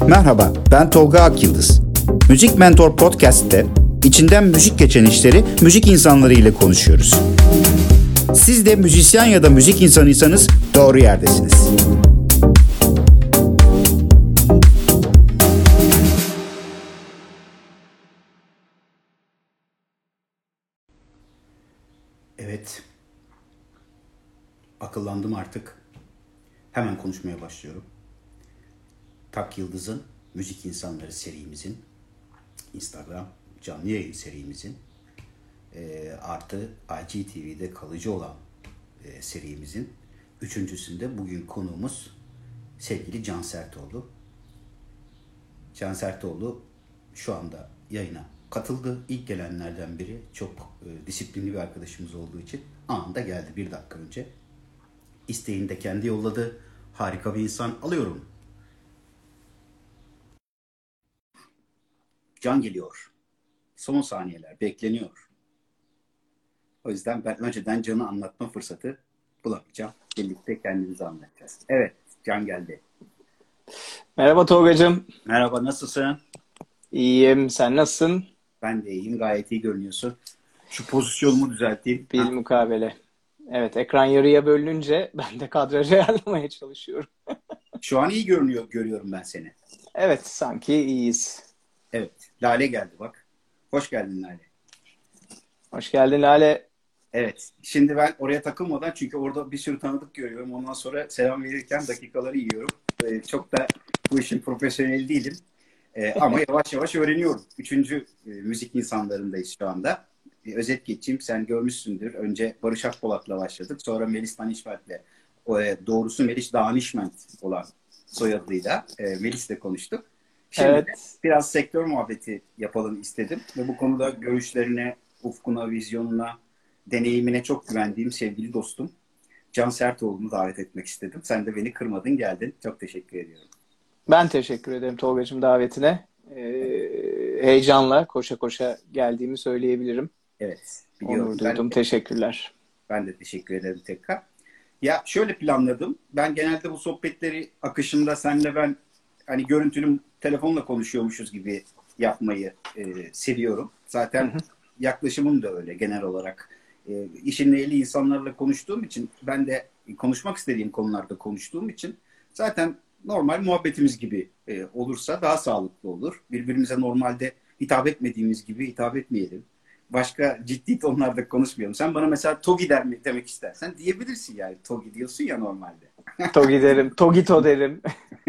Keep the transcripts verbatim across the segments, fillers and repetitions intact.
Merhaba, ben Tolga Akyıldız. Müzik Mentor Podcast'te içinden müzik geçen işleri müzik insanları ile konuşuyoruz. Siz de müzisyen ya da müzik insanıysanız doğru yerdesiniz. Evet, akıllandım artık. Hemen konuşmaya başlıyorum. Tak Yıldız'ın Müzik İnsanları serimizin, Instagram canlı yayın serimizin, e, artı I G T V'de kalıcı olan e, serimizin üçüncüsünde bugün konuğumuz sevgili Can Sertoğlu. Can Sertoğlu şu anda yayına katıldı. İlk gelenlerden biri. Çok e, disiplinli bir arkadaşımız olduğu için anında geldi bir dakika önce. İsteğini de kendi yolladı. Harika bir insan. Alıyorum. Can geliyor. Son saniyeler bekleniyor. O yüzden ben önceden Can'ı anlatma fırsatı bulamayacağım. Birlikte kendimizi anlatacağız. Evet, Can geldi. Merhaba Tolgacığım. Merhaba, nasılsın? İyiyim. Sen nasılsın? Ben de iyiyim. Gayet iyi görünüyorsun. Şu pozisyonumu düzelteyim. Bilmukabele. Evet, ekran yarıya bölününce ben de kadrajı ayarlamaya çalışıyorum. Şu an iyi görünüyor, görüyorum ben seni. Evet, sanki iyiyiz. Evet, Lale geldi bak. Hoş geldin Lale. Hoş geldin Lale. Evet, şimdi ben oraya takılmadan çünkü orada bir sürü tanıdık görüyorum. Ondan sonra selam verirken dakikaları yiyorum. Ee, çok da bu işin profesyoneli değilim. Ee, ama yavaş yavaş öğreniyorum. Üçüncü e, müzik insanlarındayız şu anda. Bir özet geçeyim. Sen görmüşsündür. Önce Barış Akpolat'la başladık. Sonra Melis Danişment'le. O, e, doğrusu Melis Danişment olan soyadıyla e, Melis'le konuştuk. Şimdi Evet. biraz sektör muhabbeti yapalım istedim. Ve bu konuda görüşlerine, ufkuna, vizyonuna, deneyimine çok güvendiğim sevgili dostum Can Sertoğlu'nu davet etmek istedim. Sen de beni kırmadın, geldin. Çok teşekkür ediyorum. Ben teşekkür ederim Tolgacığım davetine. Ee, heyecanla koşa koşa geldiğimi söyleyebilirim. Evet, biliyorum. Onur duydum. Ben de, Teşekkürler. ben de teşekkür ederim tekrar. Ya şöyle planladım. Ben genelde bu sohbetleri akışında senle ben hani görüntülü telefonla konuşuyormuşuz gibi yapmayı e, seviyorum. Zaten hı hı. Yaklaşımım da öyle genel olarak. E, işin ehli insanlarla konuştuğum için, ben de konuşmak istediğim konularda konuştuğum için zaten normal muhabbetimiz gibi e, olursa daha sağlıklı olur. Birbirimize normalde hitap etmediğimiz gibi hitap etmeyelim. Başka ciddi tonlarda konuşmayalım. Sen bana mesela Togi der mi demek istersen diyebilirsin yani. Togi diyorsun ya normalde. Togi derim. Togito derim.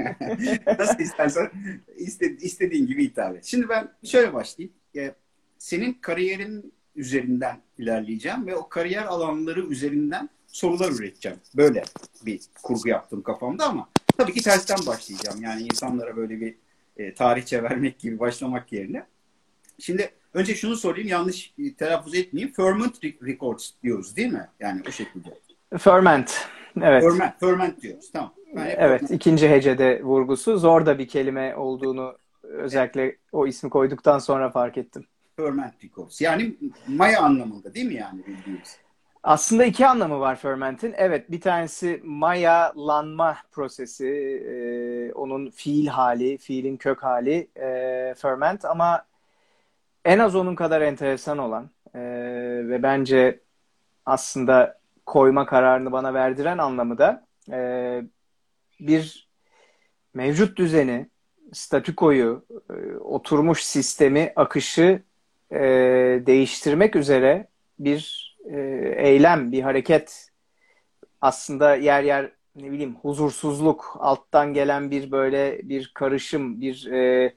Nasıl istersen iste, istediğin gibi hitap et. Şimdi ben şöyle başlayayım. E, senin kariyerin üzerinden ilerleyeceğim ve o kariyer alanları üzerinden sorular üreteceğim. Böyle bir kurgu yaptım kafamda ama tabii ki tersten başlayacağım. Yani insanlara böyle bir e, tarihçe vermek gibi başlamak yerine. Şimdi önce şunu sorayım, yanlış e, telaffuz etmeyeyim. Ferment Records diyoruz değil mi? Yani o şekilde. Ferment. Evet. Ferment, ferment diyoruz. Tamam. Yani evet. ferment. ikinci hecede vurgusu. Zor da bir kelime olduğunu özellikle evet. O ismi koyduktan sonra fark ettim. Ferment Records. Yani maya anlamında değil mi yani bildiğimiz? Aslında iki anlamı var fermentin. Evet, bir tanesi mayalanma prosesi, e, onun fiil hali, fiilin kök hali e, ferment, ama en az onun kadar enteresan olan e, ve bence aslında koyma kararını bana verdiren anlamı da e, bir mevcut düzeni, statükoyu, e, oturmuş sistemi, akışı e, değiştirmek üzere bir e, eylem, bir hareket. Aslında yer yer ne bileyim huzursuzluk, alttan gelen bir böyle bir karışım, bir e,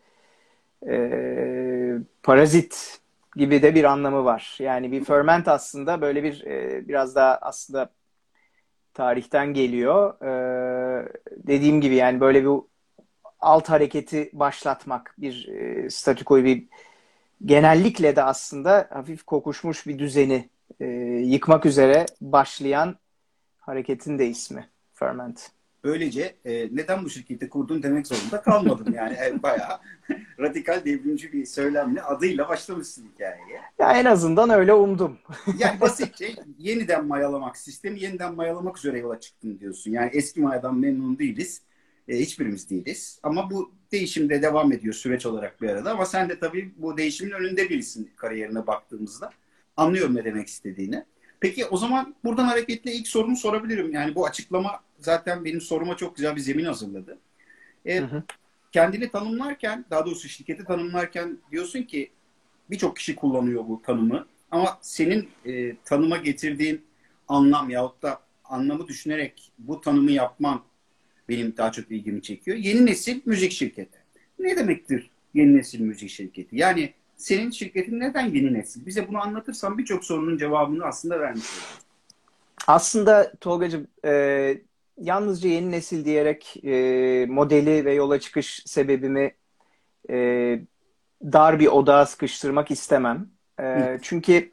e, parazit gibi de bir anlamı var. Yani bir ferment aslında böyle bir e, biraz daha aslında tarihten geliyor. E, dediğim gibi yani böyle bir alt hareketi başlatmak, bir e, statükoyu, bir genellikle de aslında hafif kokuşmuş bir düzeni e, yıkmak üzere başlayan hareketin de ismi ferment. Böylece e, neden bu şirketi kurdun demek zorunda kalmadım. Yani e, bayağı radikal devrimci bir söylemle adıyla başlamışsın hikayeye. Ya en azından öyle umdum. Yani basitçe yeniden mayalamak, sistemi yeniden mayalamak üzere yola çıktın diyorsun. Yani eski mayadan memnun değiliz. E, hiçbirimiz değiliz. Ama bu değişim de devam ediyor süreç olarak bir arada. Ama sen de tabii bu değişimin önünde birisin kariyerine baktığımızda. Anlıyorum ne demek istediğini. Peki o zaman buradan hareketle ilk sorumu sorabilirim. Yani bu açıklama zaten benim soruma çok güzel bir zemin hazırladı. Hı E, hı. Kendini tanımlarken, daha doğrusu şirketi tanımlarken diyorsun ki birçok kişi kullanıyor bu tanımı. Ama senin e, tanıma getirdiğin anlam yahut da anlamı düşünerek bu tanımı yapman benim daha çok ilgimi çekiyor. Yeni nesil müzik şirketi. Ne demektir yeni nesil müzik şirketi? Yani senin şirketin neden yeni nesil? Bize bunu anlatırsan birçok sorunun cevabını aslında vermiş oluruz. Aslında Tolgacığım, e, yalnızca yeni nesil diyerek e, modeli ve yola çıkış sebebimi e, dar bir odağa sıkıştırmak istemem. Hı, E, çünkü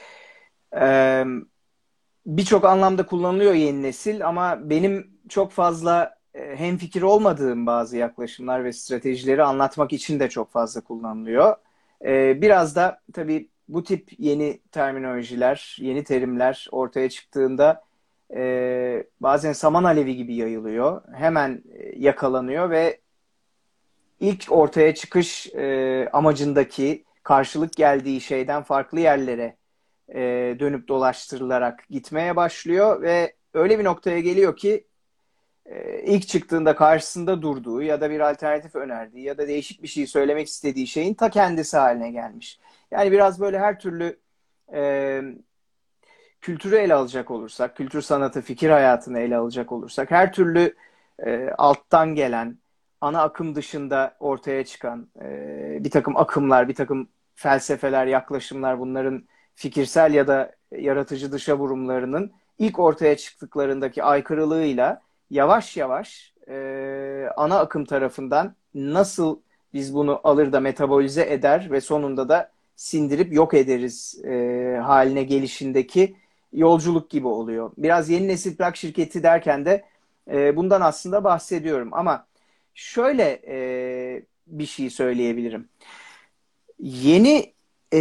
e, birçok anlamda kullanılıyor yeni nesil ama benim çok fazla e, hemfikir olmadığım bazı yaklaşımlar ve stratejileri anlatmak için de çok fazla kullanılıyor. E, biraz da tabii bu tip yeni terminolojiler, yeni terimler ortaya çıktığında e, bazen saman alevi gibi yayılıyor. Hemen e, yakalanıyor ve ilk ortaya çıkış e, amacındaki karşılık geldiği şeyden farklı yerlere e, dönüp dolaştırılarak gitmeye başlıyor ve öyle bir noktaya geliyor ki e, ilk çıktığında karşısında durduğu ya da bir alternatif önerdiği ya da değişik bir şey söylemek istediği şeyin ta kendisi haline gelmiş. Yani biraz böyle her türlü e, kültürü ele alacak olursak, kültür sanatı, fikir hayatını ele alacak olursak, her türlü e, alttan gelen, ana akım dışında ortaya çıkan e, bir takım akımlar, bir takım felsefeler, yaklaşımlar, bunların fikirsel ya da yaratıcı dışa vurumlarının ilk ortaya çıktıklarındaki aykırılığıyla yavaş yavaş e, ana akım tarafından nasıl biz bunu alır da metabolize eder ve sonunda da sindirip yok ederiz e, haline gelişindeki yolculuk gibi oluyor. Biraz yeni nesil plak şirketi derken de e, bundan aslında bahsediyorum. Ama şöyle e, bir şey söyleyebilirim. Yeni e,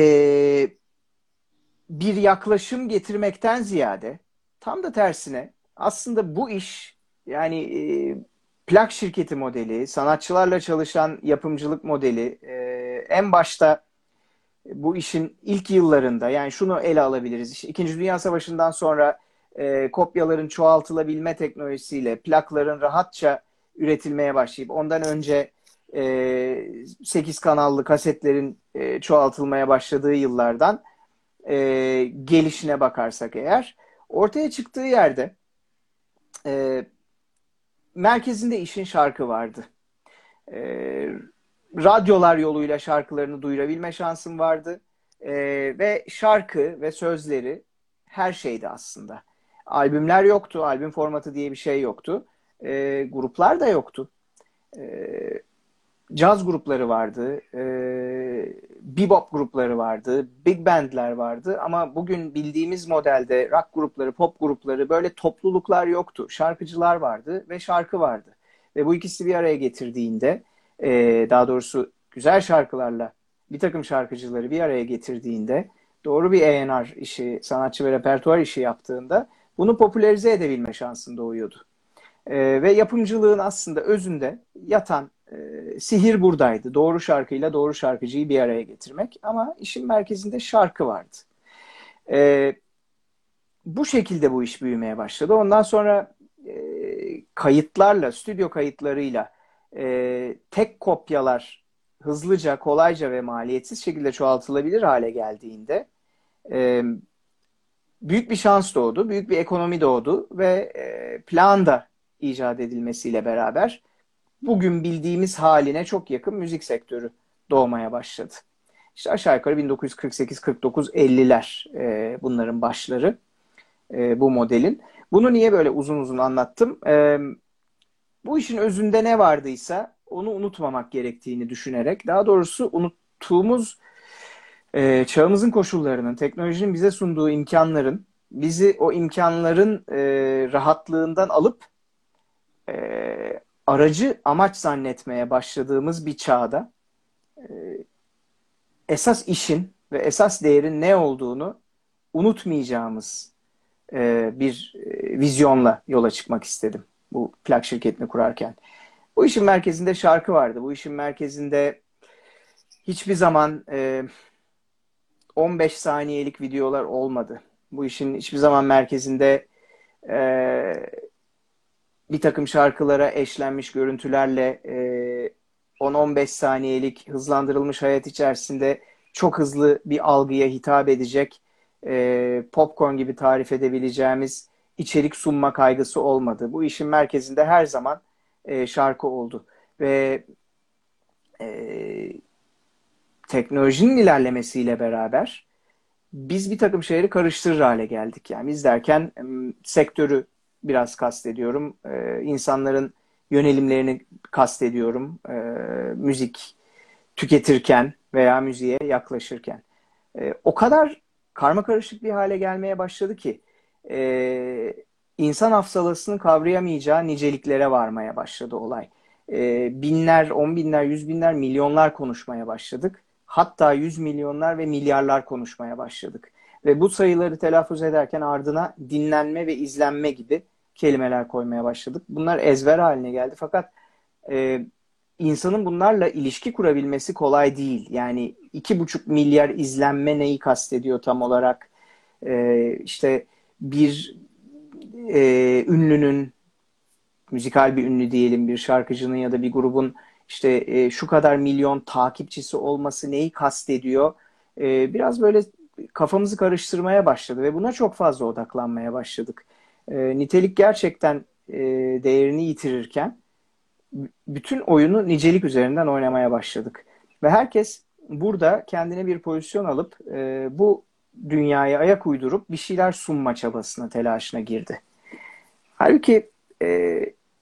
bir yaklaşım getirmekten ziyade tam da tersine aslında bu iş yani e, plak şirketi modeli, sanatçılarla çalışan yapımcılık modeli e, en başta bu işin ilk yıllarında yani şunu ele alabiliriz. İşte İkinci Dünya Savaşı'ndan sonra e, kopyaların çoğaltılabilme teknolojisiyle plakların rahatça üretilmeye başlayıp ondan önce e, sekiz kanallı kasetlerin e, çoğaltılmaya başladığı yıllardan e, gelişine bakarsak eğer ortaya çıktığı yerde e, merkezinde işin şarkı vardı. E, Radyolar yoluyla şarkılarını duyurabilme şansım vardı. E, ve şarkı ve sözleri her şeydi aslında. Albümler yoktu, albüm formatı diye bir şey yoktu. E, gruplar da yoktu. E, Caz grupları vardı, e, bebop grupları vardı, big bandler vardı ama bugün bildiğimiz modelde rock grupları, pop grupları böyle topluluklar yoktu. Şarkıcılar vardı ve şarkı vardı. Ve bu ikisi bir araya getirdiğinde, e, daha doğrusu güzel şarkılarla bir takım şarkıcıları bir araya getirdiğinde, doğru bir A and R işi, sanatçı ve repertuar işi yaptığında bunu popülerize edebilme şansın doğuyordu. E, ve yapımcılığın aslında özünde yatan e, sihir buradaydı. Doğru şarkıyla doğru şarkıcıyı bir araya getirmek. Ama işin merkezinde şarkı vardı. E, Bu şekilde bu iş büyümeye başladı. Ondan sonra e, kayıtlarla, stüdyo kayıtlarıyla e, tek kopyalar hızlıca, kolayca ve maliyetsiz şekilde çoğaltılabilir hale geldiğinde e, büyük bir şans doğdu, büyük bir ekonomi doğdu ve e, plan da icat edilmesiyle beraber bugün bildiğimiz haline çok yakın müzik sektörü doğmaya başladı. İşte aşağı yukarı bin dokuz yüz kırk sekiz kırk dokuz elliler e, bunların başları e, bu modelin. Bunu niye böyle uzun uzun anlattım? E, bu işin özünde ne vardıysa onu unutmamak gerektiğini düşünerek, daha doğrusu unuttuğumuz e, çağımızın koşullarının, teknolojinin bize sunduğu imkanların, bizi o imkanların e, rahatlığından alıp e, aracı amaç zannetmeye başladığımız bir çağda e, esas işin ve esas değerin ne olduğunu unutmayacağımız e, bir e, vizyonla yola çıkmak istedim bu plak şirketini kurarken. Bu işin merkezinde şarkı vardı. Bu işin merkezinde hiçbir zaman e, on beş saniyelik videolar olmadı. Bu işin hiçbir zaman merkezinde e, bir takım şarkılara eşlenmiş görüntülerle e, on on beş saniyelik hızlandırılmış hayat içerisinde çok hızlı bir algıya hitap edecek e, popcorn gibi tarif edebileceğimiz içerik sunma kaygısı olmadı. Bu işin merkezinde her zaman e, şarkı oldu. Ve e, teknolojinin ilerlemesiyle beraber biz bir takım şeyleri karıştırır hale geldik. Yani biz derken sektörü biraz kastediyorum. Ee, insanların yönelimlerini kastediyorum. Ee, müzik tüketirken veya müziğe yaklaşırken. Ee, o kadar karmakarışık bir hale gelmeye başladı ki e, insan hafsalasını kavrayamayacağı niceliklere varmaya başladı olay. Ee, binler, on binler, yüz binler, milyonlar konuşmaya başladık. Hatta yüz milyonlar ve milyarlar konuşmaya başladık. Ve bu sayıları telaffuz ederken ardına dinlenme ve izlenme gibi kelimeler koymaya başladık. Bunlar ezber haline geldi. Fakat e, insanın bunlarla ilişki kurabilmesi kolay değil. Yani iki buçuk milyar izlenme neyi kastediyor tam olarak? E, işte bir e, ünlünün, müzikal bir ünlü diyelim, bir şarkıcının ya da bir grubun işte e, şu kadar milyon takipçisi olması neyi kastediyor? E, biraz böyle kafamızı karıştırmaya başladı ve buna çok fazla odaklanmaya başladık. E, nitelik gerçekten e, değerini yitirirken bütün oyunu nicelik üzerinden oynamaya başladık. Ve herkes burada kendine bir pozisyon alıp e, bu dünyaya ayak uydurup bir şeyler sunma çabasına, telaşına girdi. Halbuki e,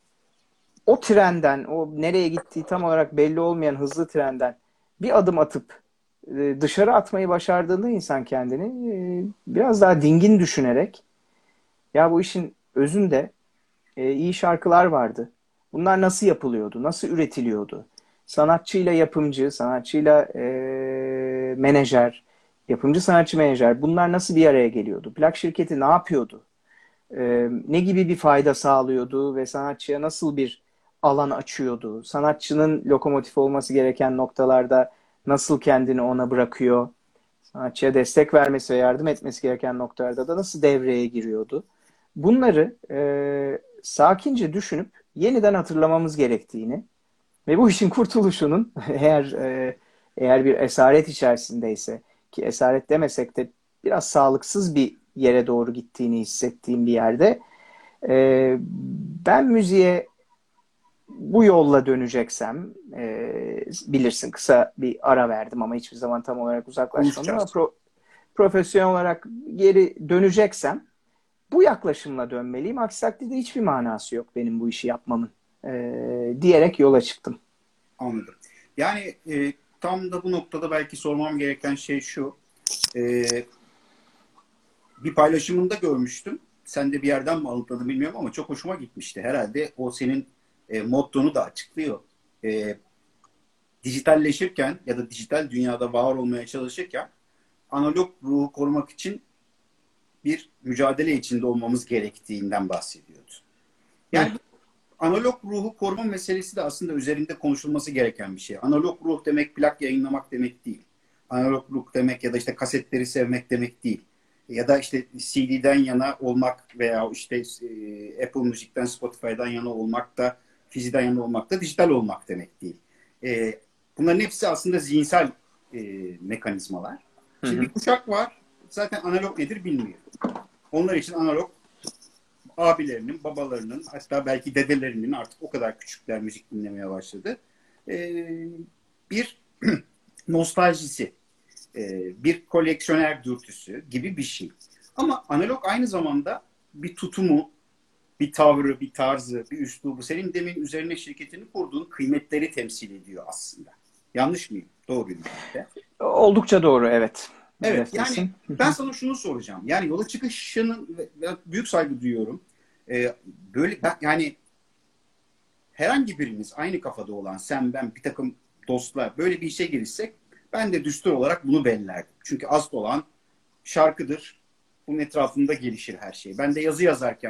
o trenden, o nereye gittiği tam olarak belli olmayan hızlı trenden bir adım atıp e, dışarı atmayı başardığında insan kendini e, biraz daha dingin düşünerek ya bu işin özünde e, iyi şarkılar vardı. Bunlar nasıl yapılıyordu? Nasıl üretiliyordu? Sanatçıyla yapımcı, sanatçıyla e, menajer, yapımcı sanatçı menajer bunlar nasıl bir araya geliyordu? Plak şirketi ne yapıyordu? E, ne gibi bir fayda sağlıyordu ve sanatçıya nasıl bir alan açıyordu? Sanatçının lokomotif olması gereken noktalarda nasıl kendini ona bırakıyor? Sanatçıya destek vermesi ve yardım etmesi gereken noktalarda da nasıl devreye giriyordu? Bunları e, sakince düşünüp yeniden hatırlamamız gerektiğini ve bu işin kurtuluşunun eğer e, eğer bir esaret içerisindeyse ki esaret demesek de biraz sağlıksız bir yere doğru gittiğini hissettiğim bir yerde e, ben müziğe bu yolla döneceksem e, bilirsin kısa bir ara verdim ama hiçbir zaman tam olarak uzaklaşmadım ama Konuşacağız. pro, profesyonel olarak geri döneceksem bu yaklaşımla dönmeliyim. Aksi takdirde hiçbir manası yok benim bu işi yapmamın e, diyerek yola çıktım. Anladım. Yani e, tam da bu noktada belki sormam gereken şey şu. E, bir paylaşımında görmüştüm. Sen de bir yerden mi alıntıladın bilmiyorum ama çok hoşuma gitmişti. Herhalde o senin e, mottonu da açıklıyor. E, dijitalleşirken ya da dijital dünyada var olmaya çalışırken analog ruhu korumak için bir mücadele içinde olmamız gerektiğinden bahsediyordu. Yani analog ruhu koruma meselesi de aslında üzerinde konuşulması gereken bir şey. Analog ruh demek plak yayınlamak demek değil. Analog ruh demek ya da işte kasetleri sevmek demek değil. Ya da işte C D'den yana olmak veya işte e, Apple Müzik'ten, Spotify'dan yana olmak da, fiziden yana olmak da dijital olmak demek değil. E, bunların hepsi aslında zihinsel e, mekanizmalar. Hı Şimdi hı. bir kuşak var, zaten analog nedir bilmiyor. Onlar için analog abilerinin, babalarının, hatta belki dedelerinin artık o kadar küçükler müzik dinlemeye başladı. Ee, bir nostaljisi, e, bir koleksiyoner dürtüsü gibi bir şey. Ama analog aynı zamanda bir tutumu, bir tavrı, bir tarzı, bir üslubu, senin demin üzerine şirketini kurduğun kıymetleri temsil ediyor aslında. Yanlış mıyım? Doğruyum herhalde. Oldukça doğru, evet. Evet, yani Hedeftesin. ben sana şunu soracağım. Yani yola çıkışının büyük saygı duyuyorum. Ee, böyle ben, yani herhangi birimiz aynı kafada olan sen ben bir takım dostlar böyle bir işe girişsek ben de düstur olarak bunu bellerdim. Çünkü asıl olan şarkıdır. Bunun etrafında gelişir her şey. Ben de yazı yazarken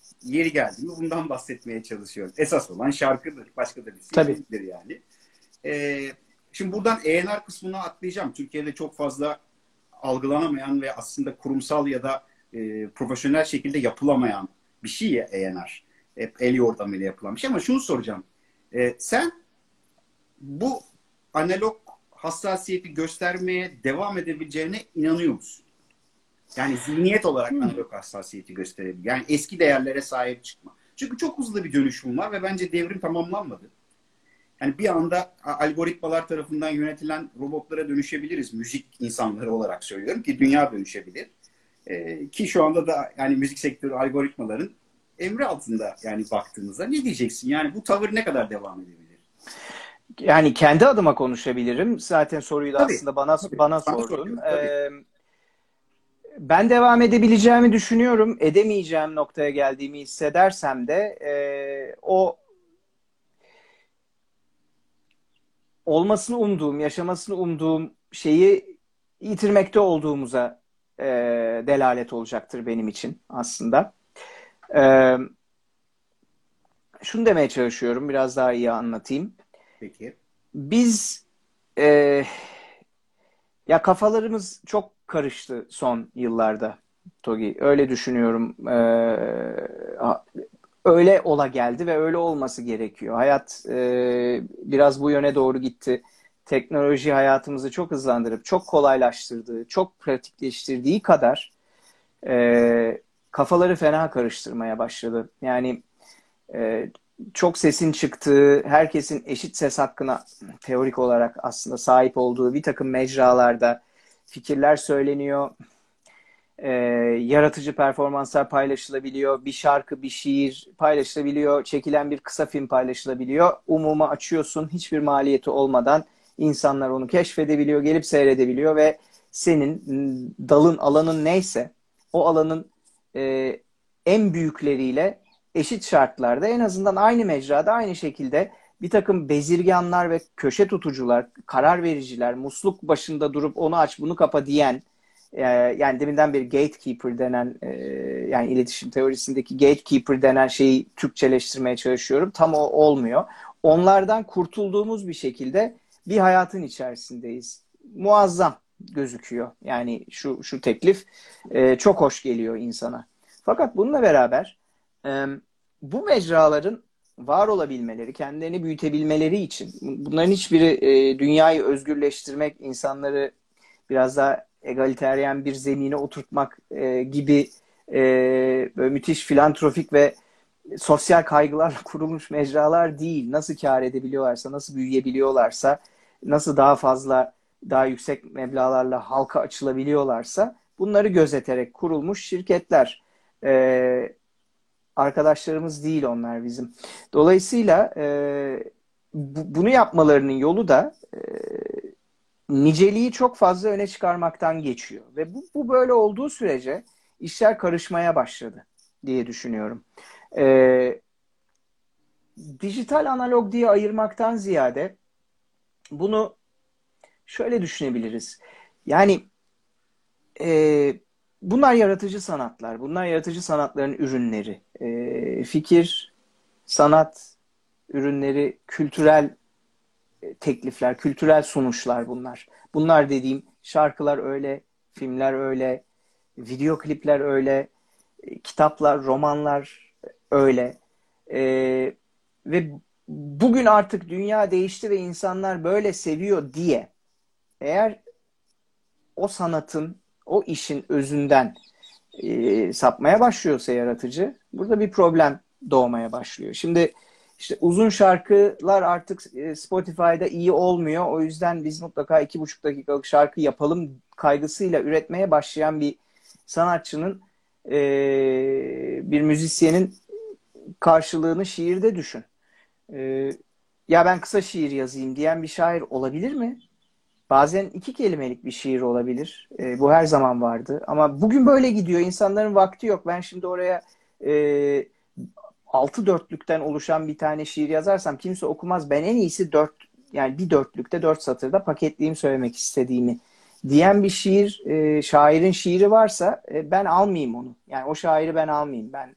yeri geldi mi bundan bahsetmeye çalışıyorum. Esas olan şarkıdır. Başka da bir şey Tabii. değildir yani. Ee, şimdi buradan E and R kısmına atlayacağım. Türkiye'de çok fazla algılanamayan ve aslında kurumsal ya da e, profesyonel şekilde yapılamayan bir şey ya E and R. Hep el yordamıyla yapılan bir şey ama şunu soracağım. Ee, sen bu analog hassasiyeti göstermeye devam edebileceğine inanıyor musun? Yani zihniyet olarak Hmm. analog hassasiyeti gösterebilir. Yani eski değerlere sahip çıkma. Çünkü çok hızlı bir dönüşüm var ve bence devrim tamamlanmadı. Yani bir anda algoritmalar tarafından yönetilen robotlara dönüşebiliriz. Müzik insanları olarak söylüyorum ki dünya dönüşebilir. Ee, ki şu anda da yani müzik sektörü algoritmaların emri altında yani baktığınızda ne diyeceksin? Yani bu tavır ne kadar devam edebilir? Yani kendi adıma konuşabilirim. Zaten soruyu da Tabii. aslında bana Tabii. bana Sana sordun. soruyorum. Tabii. Ee, ben devam edebileceğimi düşünüyorum. Edemeyeceğim noktaya geldiğimi hissedersem de e, o olmasını umduğum, yaşamasını umduğum şeyi yitirmekte olduğumuza e, delalet olacaktır benim için aslında. E, şunu demeye çalışıyorum, biraz daha iyi anlatayım. Peki. Biz e, ya kafalarımız çok karıştı son yıllarda Togi. Öyle düşünüyorum. E, öyle ola geldi ve öyle olması gerekiyor. Hayat e, biraz bu yöne doğru gitti. Teknoloji hayatımızı çok hızlandırıp, çok kolaylaştırdığı, çok pratikleştirdiği kadar e, kafaları fena karıştırmaya başladı. Yani e, çok sesin çıktığı, herkesin eşit ses hakkına teorik olarak aslında sahip olduğu bir takım mecralarda fikirler söyleniyor. Ee, yaratıcı performanslar paylaşılabiliyor. Bir şarkı, bir şiir paylaşılabiliyor. Çekilen bir kısa film paylaşılabiliyor. Umuma açıyorsun. Hiçbir maliyeti olmadan insanlar onu keşfedebiliyor, gelip seyredebiliyor ve senin dalın, alanın neyse o alanın e, en büyükleriyle eşit şartlarda en azından aynı mecrada aynı şekilde bir takım bezirganlar ve köşe tutucular, karar vericiler, musluk başında durup onu aç bunu kapa diyen yani deminden beri gatekeeper denen yani iletişim teorisindeki gatekeeper denen şeyi Türkçeleştirmeye çalışıyorum. Tam o olmuyor. Onlardan kurtulduğumuz bir şekilde bir hayatın içerisindeyiz. Muazzam gözüküyor. Yani şu şu teklif çok hoş geliyor insana. Fakat bununla beraber bu mecraların var olabilmeleri, kendilerini büyütebilmeleri için bunların hiçbiri dünyayı özgürleştirmek, insanları biraz daha egaliteryen bir zemine oturtmak e, gibi e, böyle müthiş filantropik ve sosyal kaygılarla kurulmuş mecralar değil. Nasıl kâr edebiliyorlarsa, nasıl büyüyebiliyorlarsa, nasıl daha fazla, daha yüksek meblağlarla halka açılabiliyorlarsa bunları gözeterek kurulmuş şirketler. E, arkadaşlarımız değil onlar bizim. Dolayısıyla e, bu, bunu yapmalarının yolu da e, niceliği çok fazla öne çıkarmaktan geçiyor. Ve bu, bu böyle olduğu sürece işler karışmaya başladı diye düşünüyorum. Ee, dijital analog diye ayırmaktan ziyade bunu şöyle düşünebiliriz. Yani e, bunlar yaratıcı sanatlar. Bunlar yaratıcı sanatların ürünleri. E, fikir, sanat ürünleri, kültürel teklifler, kültürel sunuşlar bunlar. Bunlar dediğim şarkılar öyle, filmler öyle, video klipler öyle, kitaplar, romanlar öyle. Ee, ve bugün artık dünya değişti ve insanlar böyle seviyor diye eğer o sanatın, o işin özünden e, sapmaya başlıyorsa yaratıcı, burada bir problem doğmaya başlıyor. Şimdi İşte uzun şarkılar artık Spotify'da iyi olmuyor. O yüzden biz mutlaka iki buçuk dakikalık şarkı yapalım kaygısıyla üretmeye başlayan bir sanatçının, e, bir müzisyenin karşılığını şiirde düşün. E, ya ben kısa şiir yazayım diyen bir şair olabilir mi? Bazen iki kelimelik bir şiir olabilir. E, bu her zaman vardı. Ama bugün böyle gidiyor. İnsanların vakti yok. Ben şimdi oraya e, altı dörtlükten oluşan bir tane şiir yazarsam kimse okumaz. Ben en iyisi dört, yani bir dörtlükte dört satırda paketleyeyim söylemek istediğimi diyen bir şiir, e, şairin şiiri varsa e, ben almayayım onu. Yani o şairi ben almayayım. Ben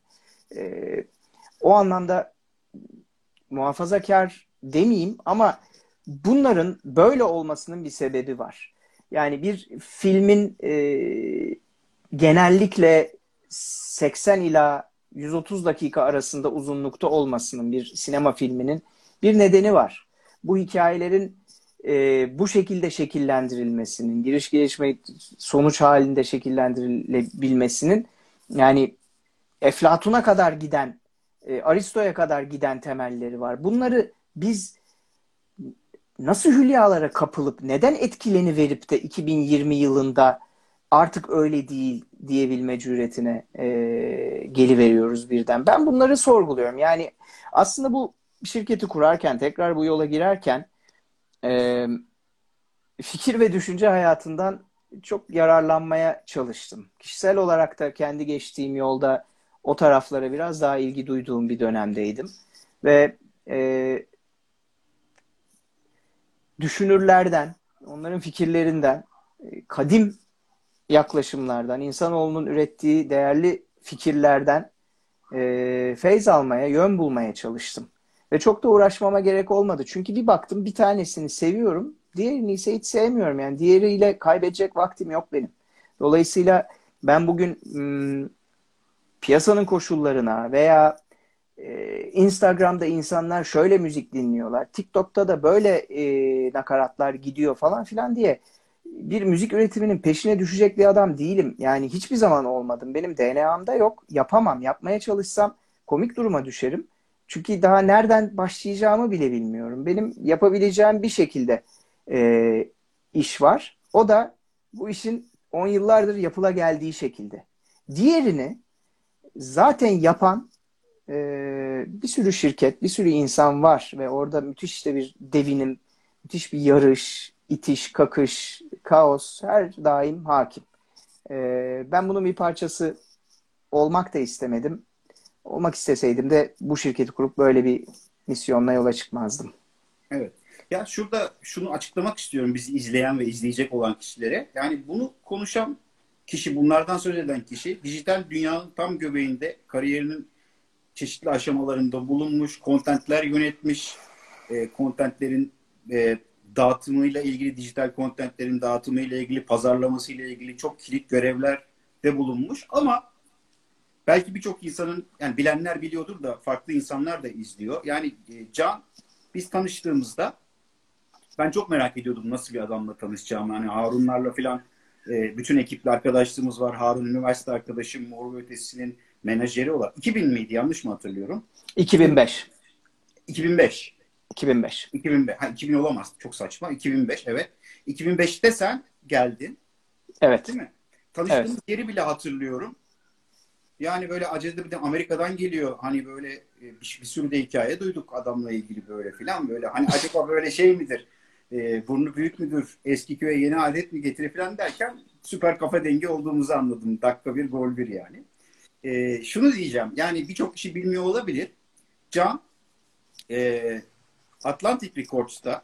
E, o anlamda muhafazakar demeyeyim ama bunların böyle olmasının bir sebebi var. Yani bir filmin e, genellikle seksen ila yüz otuz dakika arasında uzunlukta olmasının, bir sinema filminin bir nedeni var. Bu hikayelerin e, bu şekilde şekillendirilmesinin, giriş gelişme sonuç halinde şekillendirilebilmesinin, yani Eflatun'a kadar giden, e, Aristo'ya kadar giden temelleri var. Bunları biz nasıl hülyalara kapılıp neden etkileni verip de iki bin yirmi yılında artık öyle değil diyebilme cüretine e, geliveriyoruz birden. Ben bunları sorguluyorum. Yani aslında bu şirketi kurarken, tekrar bu yola girerken e, fikir ve düşünce hayatından çok yararlanmaya çalıştım. Kişisel olarak da kendi geçtiğim yolda o taraflara biraz daha ilgi duyduğum bir dönemdeydim. Ve e, düşünürlerden, onların fikirlerinden, e, kadim yaklaşımlardan, insanoğlunun ürettiği değerli fikirlerden e, feyz almaya, yön bulmaya çalıştım. Ve çok da uğraşmama gerek olmadı. Çünkü bir baktım bir tanesini seviyorum, diğerini ise hiç sevmiyorum. Yani diğeriyle kaybedecek vaktim yok benim. Dolayısıyla ben bugün m, piyasanın koşullarına veya e, Instagram'da insanlar şöyle müzik dinliyorlar, TikTok'ta da böyle e, nakaratlar gidiyor falan filan diye bir müzik üretiminin peşine düşecek bir adam değilim. Yani hiçbir zaman olmadım. Benim D N A'mda yok. Yapamam. Yapmaya çalışsam komik duruma düşerim. Çünkü daha nereden başlayacağımı bile bilmiyorum. Benim yapabileceğim bir şekilde e, iş var. O da bu işin on yıllardır yapıla geldiği şekilde. Diğerini zaten yapan e, bir sürü şirket, bir sürü insan var ve orada müthiş işte bir devinim, müthiş bir yarış, itiş, kakış, kaos her daim hakim. E, ben bunun bir parçası olmak da istemedim. Olmak isteseydim de bu şirketi kurup böyle bir misyonla yola çıkmazdım. Evet. Ya şurada şunu açıklamak istiyorum bizi izleyen ve izleyecek olan kişilere. Yani bunu konuşan kişi, bunlardan söz eden kişi dijital dünyanın tam göbeğinde kariyerinin çeşitli aşamalarında bulunmuş, kontentler yönetmiş, e, kontentlerin e, dağıtımıyla ilgili, dijital kontentlerin dağıtımıyla ilgili, pazarlamasıyla ilgili çok kilit görevlerde bulunmuş. Ama belki birçok insanın, yani bilenler biliyordur da farklı insanlar da izliyor. Yani e, Can, biz tanıştığımızda ben çok merak ediyordum nasıl bir adamla tanışacağımı. Hani Harunlarla falan e, bütün ekiple arkadaşlığımız var. Harun üniversite arkadaşım, Mor ve Ötesi'nin menajeri olarak. iki bin miydi, yanlış mı hatırlıyorum? iki bin beş. iki bin beş. iki bin beş. iki bin beş. Ha, iki bin olamaz. Çok saçma. iki bin beş, evet. iki bin beşte sen geldin. Evet. Değil mi? Tanıştığımız Evet. yeri bile hatırlıyorum. Yani böyle acele bir de Amerika'dan geliyor. Hani böyle e, bir, bir sürü de hikaye duyduk adamla ilgili böyle filan böyle. Hani acaba böyle şey midir? E, burnu büyük müdür? Eski köye yeni adet mi getirir filan derken süper kafa dengi olduğumuzu anladım. Dakika bir gol bir yani. E, şunu diyeceğim. Yani birçok kişi bilmiyor olabilir. Can e, Atlantic Records'ta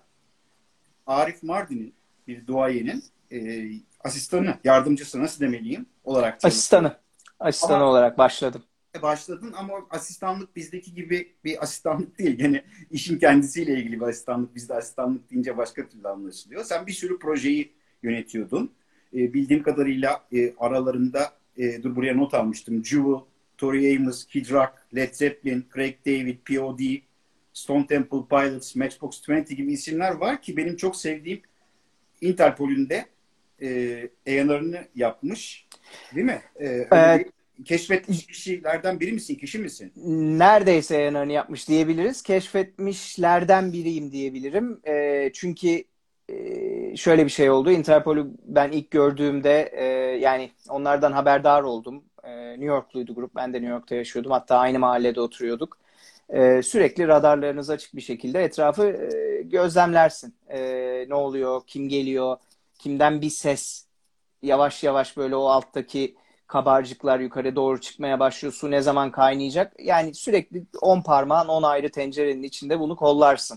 Arif Mardin'in, bir duayenin e, asistanı, yardımcısı nasıl demeliyim olarak çalışıyor. Asistanı. Asistanı Ama olarak başladım. başladın ama asistanlık bizdeki gibi bir asistanlık değil. Gene işin kendisiyle ilgili bir asistanlık. Bizde asistanlık deyince başka türlü anlaşılıyor. Sen bir sürü projeyi yönetiyordun. E, bildiğim kadarıyla e, aralarında e, dur buraya not almıştım. Jewel, Tori Amos, Kid Rock, Led Zeppelin, Craig David, P O D, Stone Temple Pilots, Matchbox yirmi gibi isimler var ki benim çok sevdiğim Interpol'ün de e, A and R'ını yapmış. Değil mi? E, öyle Evet. bir keşfetmiş kişilerden biri misin? Kişi misin? Neredeyse yanarını yapmış diyebiliriz. Keşfetmişlerden biriyim diyebilirim. E, çünkü e, şöyle bir şey oldu. Interpol'ü ben ilk gördüğümde e, yani onlardan haberdar oldum. E, New Yorkluydu grup. Ben de New York'ta yaşıyordum. Hatta aynı mahallede oturuyorduk. E, sürekli radarlarınız açık bir şekilde etrafı e, gözlemlersin. E, ne oluyor? Kim geliyor? Kimden bir ses? Yavaş yavaş böyle o alttaki kabarcıklar yukarı doğru çıkmaya başlıyor. Su ne zaman kaynayacak? Yani sürekli on parmağın on ayrı tencerenin içinde bunu kollarsın.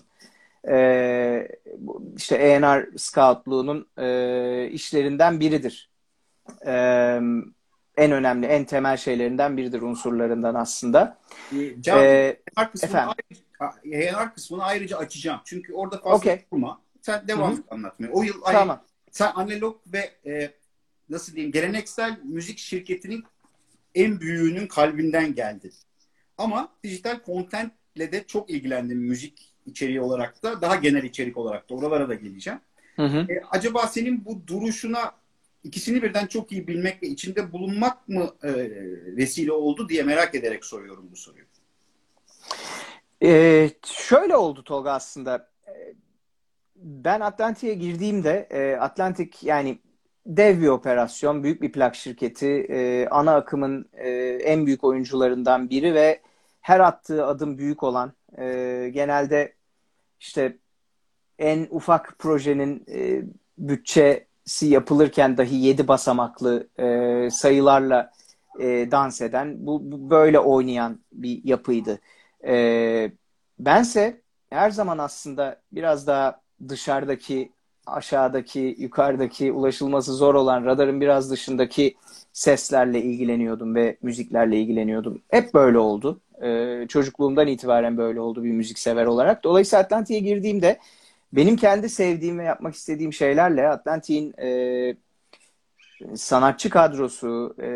Ee, işte A and R Scoutluğunun e, işlerinden biridir. Ee, en önemli, en temel şeylerinden biridir, unsurlarından aslında. E, Can, Ee, A and R kısmını efendim, ayrıca, A and R kısmını ayrıca açacağım. Çünkü orada fazla okey. durma. Sen Hı devam hı. et anlatmaya. O yıl hani Tamam. sen analog ve e, nasıl diyeyim geleneksel müzik şirketinin en büyüğünün kalbinden geldin. Ama dijital contentle de çok ilgilendim müzik içeriği olarak da, daha genel içerik olarak da, oralara da geleceğim. Hı hı. E, acaba senin bu duruşuna ikisini birden çok iyi bilmek ve içinde bulunmak mı e, vesile oldu diye merak ederek soruyorum bu soruyu. Ee, şöyle oldu Tolga aslında. Ben Atlantik'e girdiğimde e, Atlantik yani dev bir operasyon, büyük bir plak şirketi, e, ana akımın e, en büyük oyuncularından biri ve her attığı adım büyük olan, e, genelde işte en ufak projenin e, bütçesi yapılırken dahi yedi basamaklı e, sayılarla e, dans eden, bu, bu böyle oynayan bir yapıydı. E, bense her zaman aslında biraz daha dışarıdaki, aşağıdaki, yukarıdaki, ulaşılması zor olan radarın biraz dışındaki seslerle ilgileniyordum ve müziklerle ilgileniyordum. Hep böyle oldu. Ee, çocukluğumdan itibaren böyle oldu bir müziksever olarak. Dolayısıyla Atlantik'e girdiğimde benim kendi sevdiğim ve yapmak istediğim şeylerle Atlantik'in e, sanatçı kadrosu, e,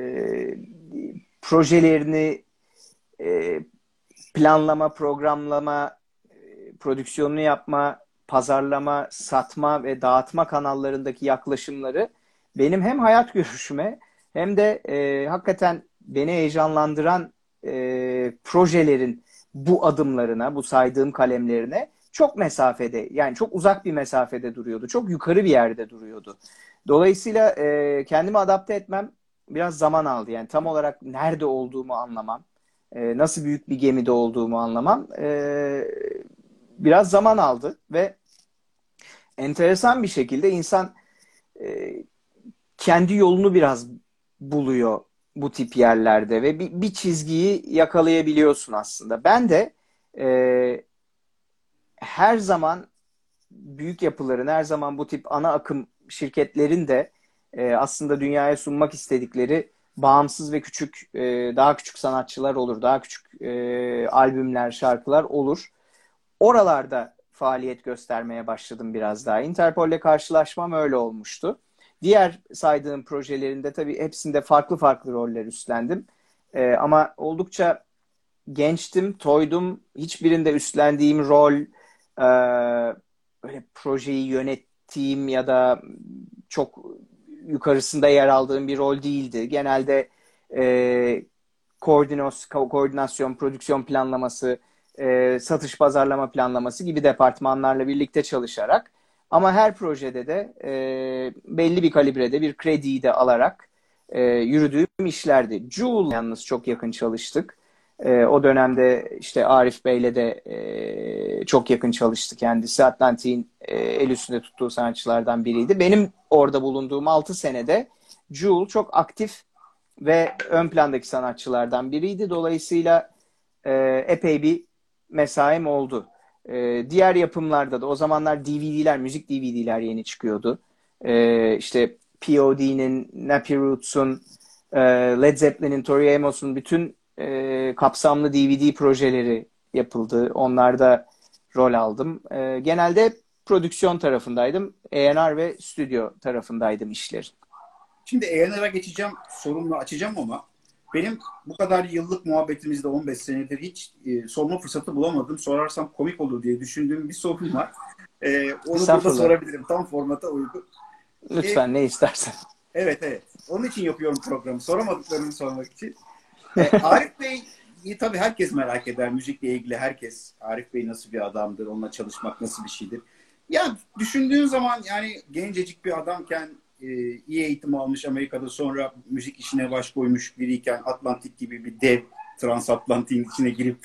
projelerini e, planlama, programlama, e, prodüksiyonunu yapma, pazarlama, satma ve dağıtma kanallarındaki yaklaşımları benim hem hayat görüşüme hem de e, hakikaten beni heyecanlandıran e, projelerin bu adımlarına, bu saydığım kalemlerine çok mesafede, yani çok uzak bir mesafede duruyordu. Çok yukarı bir yerde duruyordu. Dolayısıyla e, kendimi adapte etmem biraz zaman aldı. Yani tam olarak nerede olduğumu anlamam, e, nasıl büyük bir gemide olduğumu anlamam e, biraz zaman aldı ve enteresan bir şekilde insan e, kendi yolunu biraz buluyor bu tip yerlerde ve bir, bir çizgiyi yakalayabiliyorsun aslında. Ben de e, her zaman büyük yapıların, her zaman bu tip ana akım şirketlerin de e, aslında dünyaya sunmak istedikleri bağımsız ve küçük, e, daha küçük sanatçılar olur, daha küçük e, albümler, şarkılar olur. Oralarda faaliyet göstermeye başladım biraz daha. Interpol'le karşılaşmam öyle olmuştu. Diğer saydığım projelerinde tabii hepsinde farklı farklı roller üstlendim. E, ama oldukça gençtim, toydum. Hiçbirinde üstlendiğim rol, e, böyle projeyi yönettiğim ya da çok yukarısında yer aldığım bir rol değildi. Genelde e, koordinos, ko- koordinasyon, prodüksiyon planlaması, e, satış pazarlama planlaması gibi departmanlarla birlikte çalışarak ama her projede de e, belli bir kalibrede bir krediyi de alarak e, yürüdüğüm işlerdi. Jewel yalnız çok yakın çalıştık. E, o dönemde işte Arif Bey'le de e, çok yakın çalıştı kendisi. Atlantik'in e, el üstünde tuttuğu sanatçılardan biriydi. Benim orada bulunduğum altı senede Jewel çok aktif ve ön plandaki sanatçılardan biriydi. Dolayısıyla e, epey bir mesaim oldu. E, diğer yapımlarda da o zamanlar D V D'ler, müzik D V D'ler yeni çıkıyordu. E, işte P O D'nin, Nappy Roots'un, e, Led Zeppelin'in, Tori Amos'un bütün e, kapsamlı D V D projeleri yapıldı. Onlarda rol aldım. E, genelde prodüksiyon tarafındaydım. A and R ve stüdyo tarafındaydım işlerin. Şimdi A and R'a geçeceğim, sorumla açacağım ama benim bu kadar yıllık muhabbetimizde on beş senedir hiç e, sorma fırsatı bulamadım. Sorarsam komik olur diye düşündüğüm bir sorun var. E, onu burada Estağfurullah. sorabilirim. Tam formata uygun. E, Lütfen ne istersen. evet evet. Onun için yapıyorum programı. Soramadıklarımı sormak için. E, Arif Bey tabii herkes merak eder. Müzikle ilgili herkes. Arif Bey nasıl bir adamdır? Onunla çalışmak nasıl bir şeydir? Ya düşündüğün zaman yani gencecik bir adamken e, iyi eğitim almış Amerika'da, sonra müzik işine baş koymuş biriyken Atlantik gibi bir dev transatlantiğin içine girip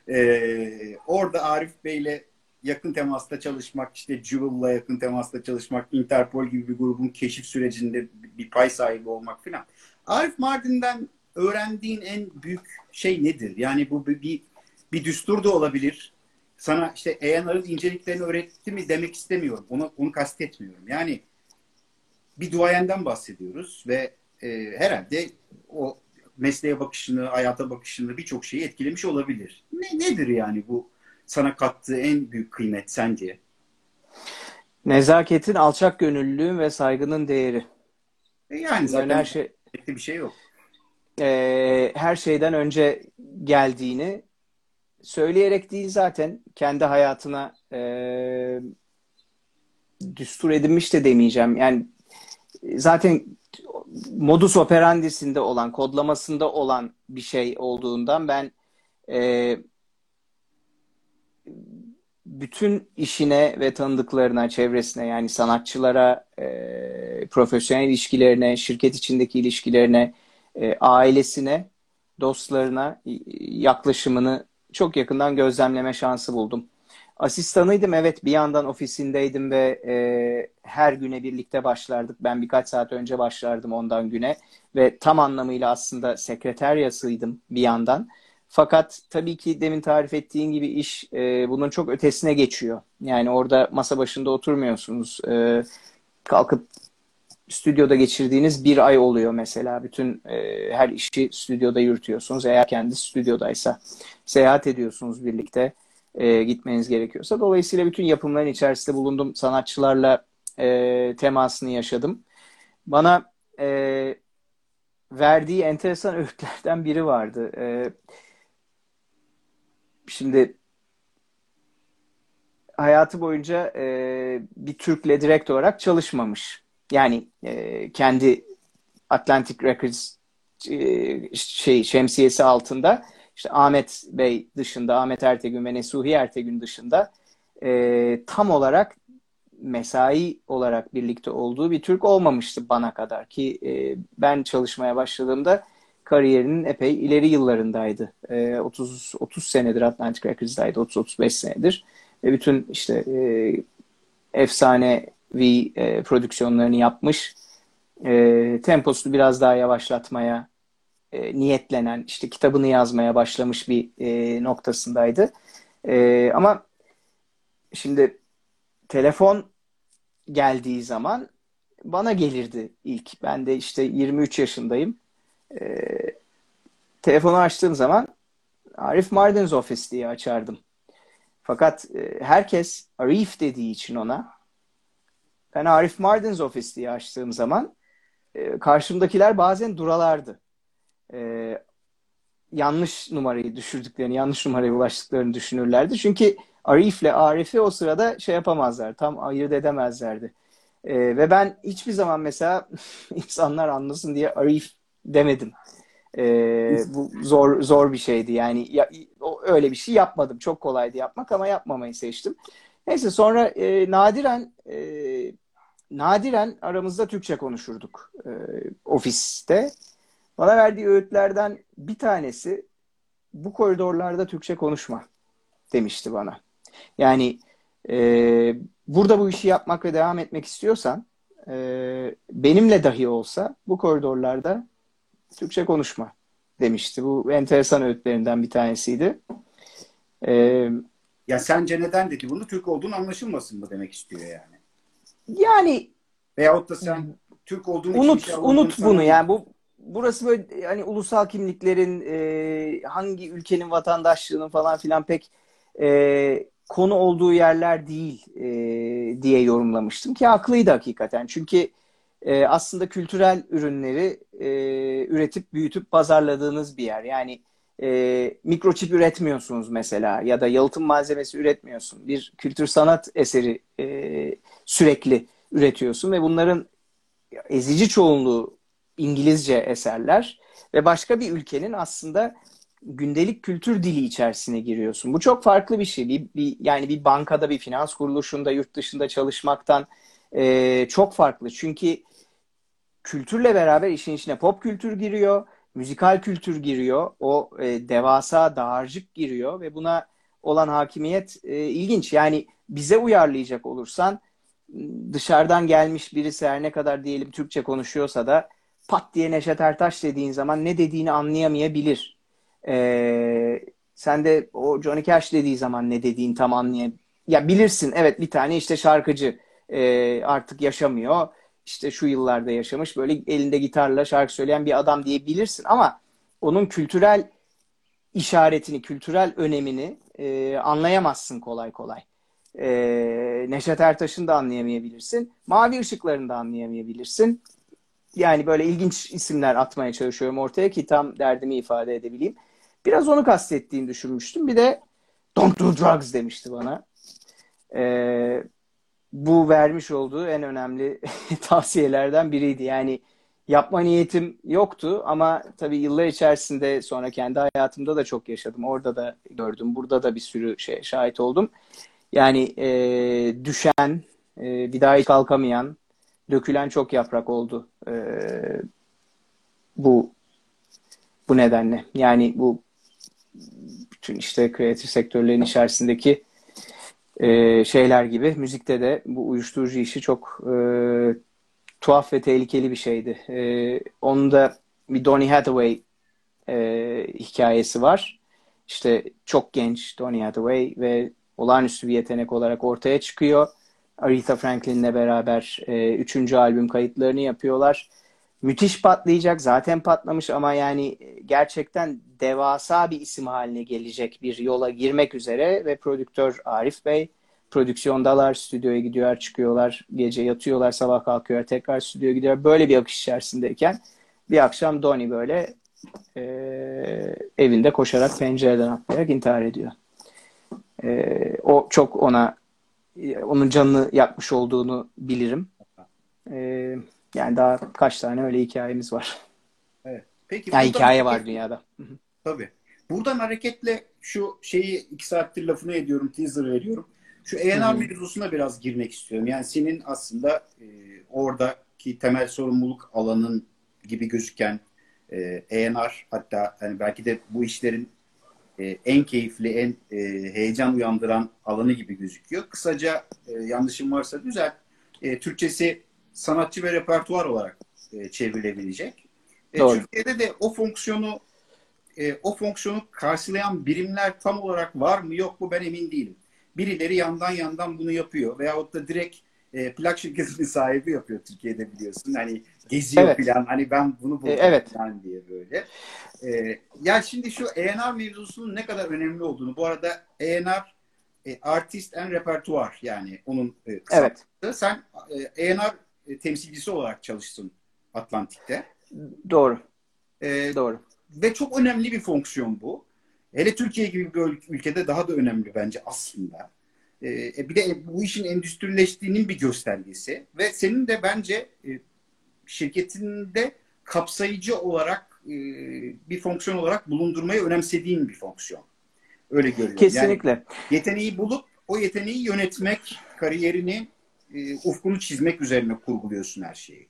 e, orada Arif Bey'le yakın temasta çalışmak, işte Jewel'la yakın temasta çalışmak, Interpol gibi bir grubun keşif sürecinde bir pay sahibi olmak filan. Arif Mardin'den öğrendiğin en büyük şey nedir? Yani bu bir, bir, bir düstur da olabilir. Sana işte A and R'ın inceliklerini öğretti mi demek istemiyorum. Onu, onu kastetmiyorum. Yani bir duayenden bahsediyoruz ve e, herhalde o mesleğe bakışını, hayata bakışını, birçok şeyi etkilemiş olabilir. Ne, nedir yani bu sana kattığı en büyük kıymet sence? Nezaketin, alçak gönüllülüğün ve saygının değeri. E yani Bunların her zaten şey bir şey yok. e, her şeyden önce geldiğini söyleyerek değil, zaten kendi hayatına e, düstur edinmiş de demeyeceğim. Yani zaten modus operandisinde olan, kodlamasında olan bir şey olduğundan ben e, bütün işine ve tanıdıklarına, çevresine, yani sanatçılara, e, profesyonel ilişkilerine, şirket içindeki ilişkilerine, e, ailesine, dostlarına yaklaşımını çok yakından gözlemleme şansı buldum. Asistanıydım, evet, bir yandan ofisindeydim ve e, her güne birlikte başlardık. Ben birkaç saat önce başlardım ondan güne ve tam anlamıyla aslında sekreteryasıydım bir yandan. Fakat tabii ki demin tarif ettiğin gibi iş e, bunun çok ötesine geçiyor. Yani orada masa başında oturmuyorsunuz. E, kalkıp stüdyoda geçirdiğiniz bir ay oluyor mesela. Bütün e, her işi stüdyoda yürütüyorsunuz. Eğer kendi stüdyodaysa seyahat ediyorsunuz birlikte, e, gitmeniz gerekiyorsa. Dolayısıyla bütün yapımların içerisinde bulundum. Sanatçılarla e, temasını yaşadım. Bana e, verdiği enteresan öğütlerden biri vardı. E, şimdi hayatı boyunca e, bir Türk'le direkt olarak çalışmamış. Yani e, kendi Atlantic Records e, şey şemsiyesi altında işte Ahmet Bey dışında, Ahmet Ertegün ve Nesuhi Ertegün dışında e, tam olarak mesai olarak birlikte olduğu bir Türk olmamıştı bana kadar ki e, ben çalışmaya başladığımda kariyerinin epey ileri yıllarındaydı. E, otuz otuz senedir Atlantic Records'daydı, otuz otuz beş senedir ve bütün işte e, efsanevi e, prodüksiyonlarını yapmış, e, temposunu biraz daha yavaşlatmaya e, niyetlenen, işte kitabını yazmaya başlamış bir e, noktasındaydı. E, ama şimdi telefon geldiği zaman bana gelirdi ilk. Ben de işte yirmi üç yaşındayım. E, telefonu açtığım zaman Arif Mardin's Office diye açardım. Fakat e, herkes Arif dediği için ona, ben Arif Mardin's Office diye açtığım zaman e, karşımdakiler bazen duralardı. E, yanlış numarayı düşürdüklerini, yanlış numaraya ulaştıklarını düşünürlerdi. Çünkü Arif'le Arif'i o sırada şey yapamazlar, tam ayırt edemezlerdi. Ee, ve ben hiçbir zaman mesela insanlar anlasın diye Arif demedim. Ee, bu zor zor bir şeydi. Yani ya, o, öyle bir şey yapmadım. Çok kolaydı yapmak ama yapmamayı seçtim. Neyse sonra e, nadiren e, nadiren aramızda Türkçe konuşurduk e, ofiste. Bana verdiği öğütlerden bir tanesi, bu koridorlarda Türkçe konuşma demişti bana. Yani e, burada bu işi yapmak ve devam etmek istiyorsan e, benimle dahi olsa bu koridorlarda Türkçe konuşma demişti. Bu enteresan öğütlerinden bir tanesiydi. E, Ya sence neden dedi bunu? Türk olduğunu anlaşılmasın mı demek istiyor yani? yani Veyahut da sen Türk olduğun için unut işe alındığını unut bunu. sana Yani bu burası böyle hani ulusal kimliklerin, e, hangi ülkenin vatandaşlığının falan filan pek e, konu olduğu yerler değil e, diye yorumlamıştım ki haklıydı hakikaten. Çünkü e, aslında kültürel ürünleri e, üretip büyütüp pazarladığınız bir yer. Yani e, mikroçip üretmiyorsunuz mesela ya da yalıtım malzemesi üretmiyorsun. Bir kültür sanat eseri e, sürekli üretiyorsun ve bunların ezici çoğunluğu İngilizce eserler ve başka bir ülkenin aslında gündelik kültür dili içerisine giriyorsun. Bu çok farklı bir şey. Bir, bir, yani bir bankada, bir finans kuruluşunda, yurt dışında çalışmaktan e, çok farklı. Çünkü kültürle beraber işin içine pop kültür giriyor, müzikal kültür giriyor, o e, devasa dağarcık giriyor ve buna olan hakimiyet e, ilginç. Yani bize uyarlayacak olursan, dışarıdan gelmiş birisi her ne kadar diyelim Türkçe konuşuyorsa da pat diye Neşet Ertaş dediğin zaman ne dediğini anlayamayabilir. Ee, sen de o Johnny Cash dediği zaman ne dediğini tam anlayabilir. Ya bilirsin, evet, bir tane işte şarkıcı e, artık yaşamıyor. işte şu yıllarda yaşamış, böyle elinde gitarla şarkı söyleyen bir adam diyebilirsin ama onun kültürel işaretini, kültürel önemini e, anlayamazsın kolay kolay. E, Neşet Ertaş'ın da anlayamayabilirsin. Mavi Işıklar'ın da anlayamayabilirsin. Yani böyle ilginç isimler atmaya çalışıyorum ortaya ki tam derdimi ifade edebileyim. Biraz onu kastettiğini düşünmüştüm. Bir de "Don't do drugs" demişti bana. E, Bu vermiş olduğu en önemli tavsiyelerden biriydi. Yani yapma niyetim yoktu ama tabii yıllar içerisinde sonra kendi hayatımda da çok yaşadım. Orada da gördüm, burada da bir sürü şey şahit oldum. Yani e, düşen, e, bir daha hiç kalkamayan, dökülen çok yaprak oldu e, bu bu nedenle. Yani bu bütün işte kreatif sektörlerin içerisindeki e, şeyler gibi müzikte de bu uyuşturucu işi çok e, tuhaf ve tehlikeli bir şeydi. E, onun da bir Donny Hathaway e, hikayesi var. İşte çok genç Donny Hathaway ve olağanüstü bir yetenek olarak ortaya çıkıyor. Aretha Franklin'le beraber e, üçüncü albüm kayıtlarını yapıyorlar. Müthiş patlayacak. Zaten patlamış ama yani gerçekten devasa bir isim haline gelecek bir yola girmek üzere ve prodüktör Arif Bey prodüksiyondalar, stüdyoya gidiyorlar, çıkıyorlar, gece yatıyorlar, sabah kalkıyorlar, tekrar stüdyoya gidiyorlar. Böyle bir akış içerisindeyken bir akşam Donny böyle e, evinde koşarak pencereden atlayarak intihar ediyor. E, o çok ona onun canını yakmış olduğunu bilirim. E, Yani daha kaç tane öyle hikayemiz var. Evet. Peki Yani buradan hikaye var hareketle, dünyada. tabii. Buradan hareketle şu şeyi iki saattir lafını ediyorum, teaser veriyorum. Şu Hı E and R hı. mevzusuna biraz girmek istiyorum. Yani senin aslında e, oradaki temel sorumluluk alanın gibi gözüken e, E and R, hatta hani belki de bu işlerin e, en keyifli, en e, heyecan uyandıran alanı gibi gözüküyor. Kısaca e, yanlışım varsa düzelt. E, Türkçesi sanatçı ve repertuar olarak e, çevrilebilecek. E, Doğru. Türkiye'de de o fonksiyonu e, o fonksiyonu karşılayan birimler tam olarak var mı yok mu ben emin değilim. Birileri yandan yandan bunu yapıyor veyahut da direkt e, plak şirketinin sahibi yapıyor Türkiye'de biliyorsun. Hani geziyor Evet. falan, hani ben bunu E, buldum evet. falan diye böyle. E, ya şimdi şu E and R mevzusunun ne kadar önemli olduğunu, bu arada E and R e, Artist and Repertoire, yani onun e, Evet. kısaltması. Sen e, E and R temsilcisi olarak çalıştın Atlantik'te. Doğru. E, Doğru. Ve çok önemli bir fonksiyon bu. Hele Türkiye gibi bir ülkede daha da önemli bence aslında. Ee, bir de bu işin endüstrileştiğinin bir göstergesi. Ve senin de bence e, şirketinde kapsayıcı olarak e, bir fonksiyon olarak bulundurmayı önemsediğin bir fonksiyon. Öyle görüyorum. Yani Kesinlikle. yeteneği bulup o yeteneği yönetmek, kariyerini, e, ufkunu çizmek üzerine kurguluyorsun her şeyi.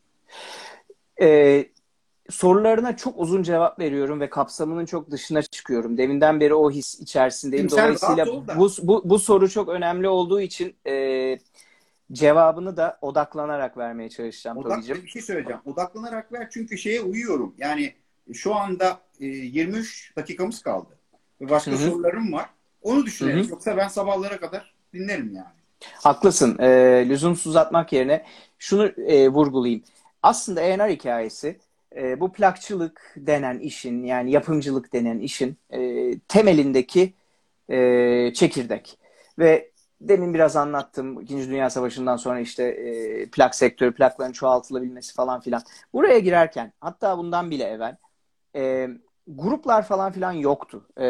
E, Sorularına çok uzun cevap veriyorum ve kapsamının çok dışına çıkıyorum. Deminden beri o his içerisindeyim. Şimdi sen rahat Dolayısıyla ol da bu, bu, bu soru çok önemli olduğu için e, cevabını da odaklanarak vermeye çalışacağım Odak, Togi'cim. bir şey söyleyeceğim. Odaklanarak ver, çünkü şeye uyuyorum. Yani şu anda e, yirmi üç dakikamız kaldı. Ve Hı başka hı. sorularım var. Onu Hı düşünerek. hı. Yoksa ben sabahlara kadar dinlerim yani. Haklısın. E, lüzumsuz atmak yerine şunu e, vurgulayayım. Aslında A and R hikayesi e, bu plakçılık denen işin, yani yapımcılık denen işin e, temelindeki e, çekirdek. Ve demin biraz anlattım. İkinci Dünya Savaşı'ndan sonra işte e, plak sektörü, plakların çoğaltılabilmesi falan filan. Buraya girerken, hatta bundan bile evvel e, gruplar falan filan yoktu. E,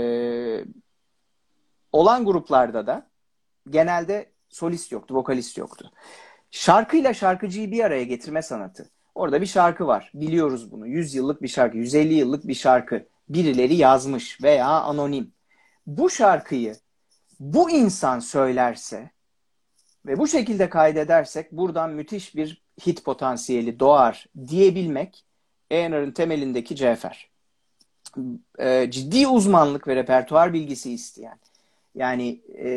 olan gruplarda da genelde solist yoktu, vokalist yoktu. Şarkıyla şarkıcıyı bir araya getirme sanatı. Orada bir şarkı var. Biliyoruz bunu. yüz yıllık bir şarkı, yüz elli yıllık bir şarkı. Birileri yazmış veya anonim. Bu şarkıyı bu insan söylerse ve bu şekilde kaydedersek buradan müthiş bir hit potansiyeli doğar diyebilmek A and R'ın temelindeki cevher. Ee, ciddi uzmanlık ve repertuar bilgisi isteyen. Yani e,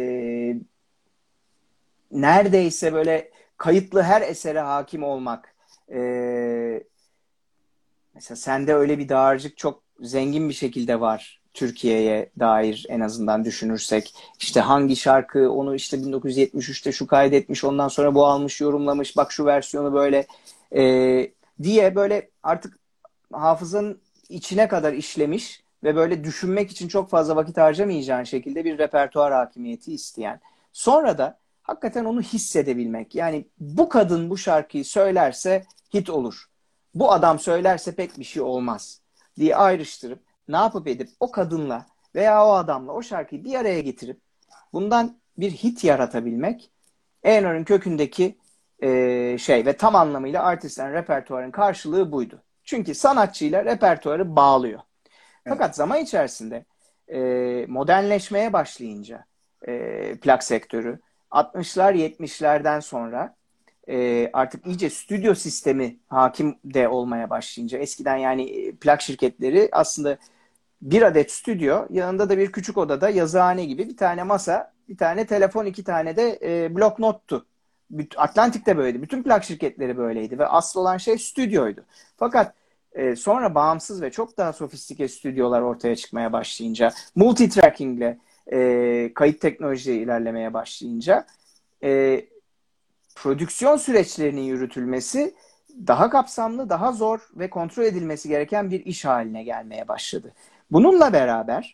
neredeyse böyle kayıtlı her esere hakim olmak. Ee, Mesela sende öyle bir dağarcık çok zengin bir şekilde var. Türkiye'ye dair en azından düşünürsek. İşte hangi şarkı onu işte bin dokuz yüz yetmiş üçte şu kaydetmiş, ondan sonra bu almış, yorumlamış, bak şu versiyonu böyle e, diye böyle artık hafızanın içine kadar işlemiş ve böyle düşünmek için çok fazla vakit harcamayacağın şekilde bir repertuar hakimiyeti isteyen. Sonra da hakikaten onu hissedebilmek. Yani bu kadın bu şarkıyı söylerse hit olur. Bu adam söylerse pek bir şey olmaz diye ayrıştırıp ne yapıp edip o kadınla veya o adamla o şarkıyı bir araya getirip bundan bir hit yaratabilmek A and R'ın kökündeki e, şey ve tam anlamıyla artist and repertuarın karşılığı buydu. Çünkü sanatçıyla repertuarı bağlıyor. Evet. Fakat zaman içerisinde e, modernleşmeye başlayınca e, plak sektörü altmışlar yetmişlerden sonra e, artık iyice stüdyo sistemi hakim de olmaya başlayınca eskiden yani e, plak şirketleri aslında bir adet stüdyo, yanında da bir küçük odada yazıhane gibi bir tane masa, bir tane telefon, iki tane de e, blok nottu. Atlantik'te böyleydi. Bütün plak şirketleri böyleydi ve asıl olan şey stüdyoydu. Fakat e, sonra bağımsız ve çok daha sofistike stüdyolar ortaya çıkmaya başlayınca, multitracking e, kayıt teknolojileri ilerlemeye başlayınca e, prodüksiyon süreçlerinin yürütülmesi daha kapsamlı, daha zor ve kontrol edilmesi gereken bir iş haline gelmeye başladı. Bununla beraber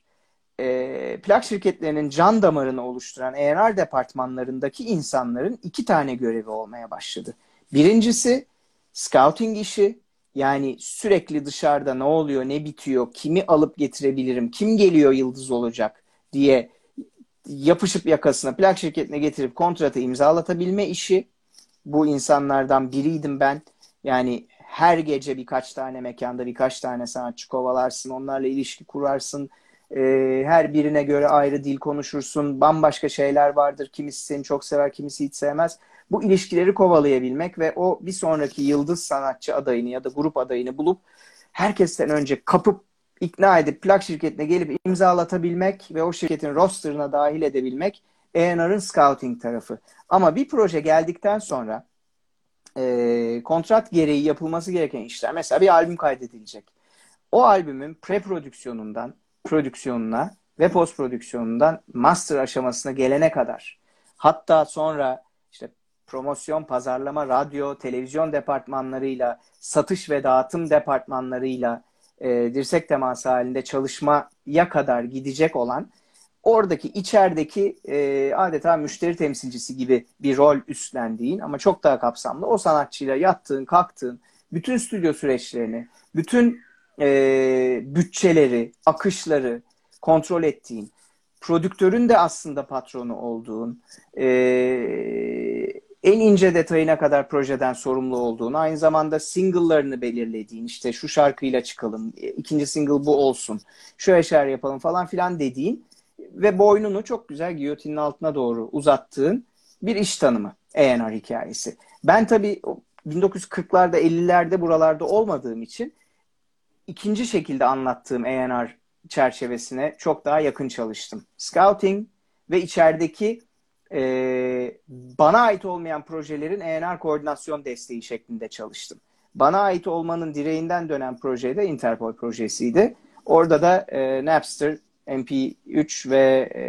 e, plak şirketlerinin can damarını oluşturan A and R departmanlarındaki insanların iki tane görevi olmaya başladı. Birincisi scouting işi, yani sürekli dışarıda ne oluyor, ne bitiyor, kimi alıp getirebilirim, kim geliyor yıldız olacak diye yapışıp yakasına plak şirketine getirip kontratı imzalatabilme işi. Bu insanlardan biriydim ben. Yani her gece birkaç tane mekanda birkaç tane sanatçı kovalarsın, onlarla ilişki kurarsın. Ee, her birine göre ayrı dil konuşursun. Bambaşka şeyler vardır. Kimisi seni çok sever, kimisi hiç sevmez. Bu ilişkileri kovalayabilmek ve o bir sonraki yıldız sanatçı adayını ya da grup adayını bulup herkesten önce kapıp ikna edip plak şirketine gelip imzalatabilmek ve o şirketin rosterına dahil edebilmek A and R'ın scouting tarafı. Ama bir proje geldikten sonra e, kontrat gereği yapılması gereken işler, mesela bir albüm kaydedilecek. O albümün pre-prodüksiyonundan prodüksiyonuna ve post-prodüksiyonundan master aşamasına gelene kadar, hatta sonra işte promosyon, pazarlama, radyo, televizyon departmanlarıyla, satış ve dağıtım departmanlarıyla e, dirsek teması halinde çalışmaya kadar gidecek olan, oradaki içerideki e, adeta müşteri temsilcisi gibi bir rol üstlendiğin ama çok daha kapsamlı, o sanatçıyla yattığın, kalktığın, bütün stüdyo süreçlerini, bütün e, bütçeleri, akışları kontrol ettiğin, prodüktörün de aslında patronu olduğun, e, en ince detayına kadar projeden sorumlu olduğun, aynı zamanda single'larını belirlediğin, işte şu şarkıyla çıkalım, ikinci single bu olsun, şu eşer yapalım falan filan dediğin ve boynunu çok güzel giyotinin altına doğru uzattığın bir iş tanımı A and R hikayesi. Ben tabii bin dokuz yüz kırklarda ellilerde buralarda olmadığım için ikinci şekilde anlattığım A and R çerçevesine çok daha yakın çalıştım. Scouting ve içerideki e, bana ait olmayan projelerin A and R koordinasyon desteği şeklinde çalıştım. Bana ait olmanın direğinden dönen proje de Interpol projesiydi. Orada da e, Napster, M P üç ve e,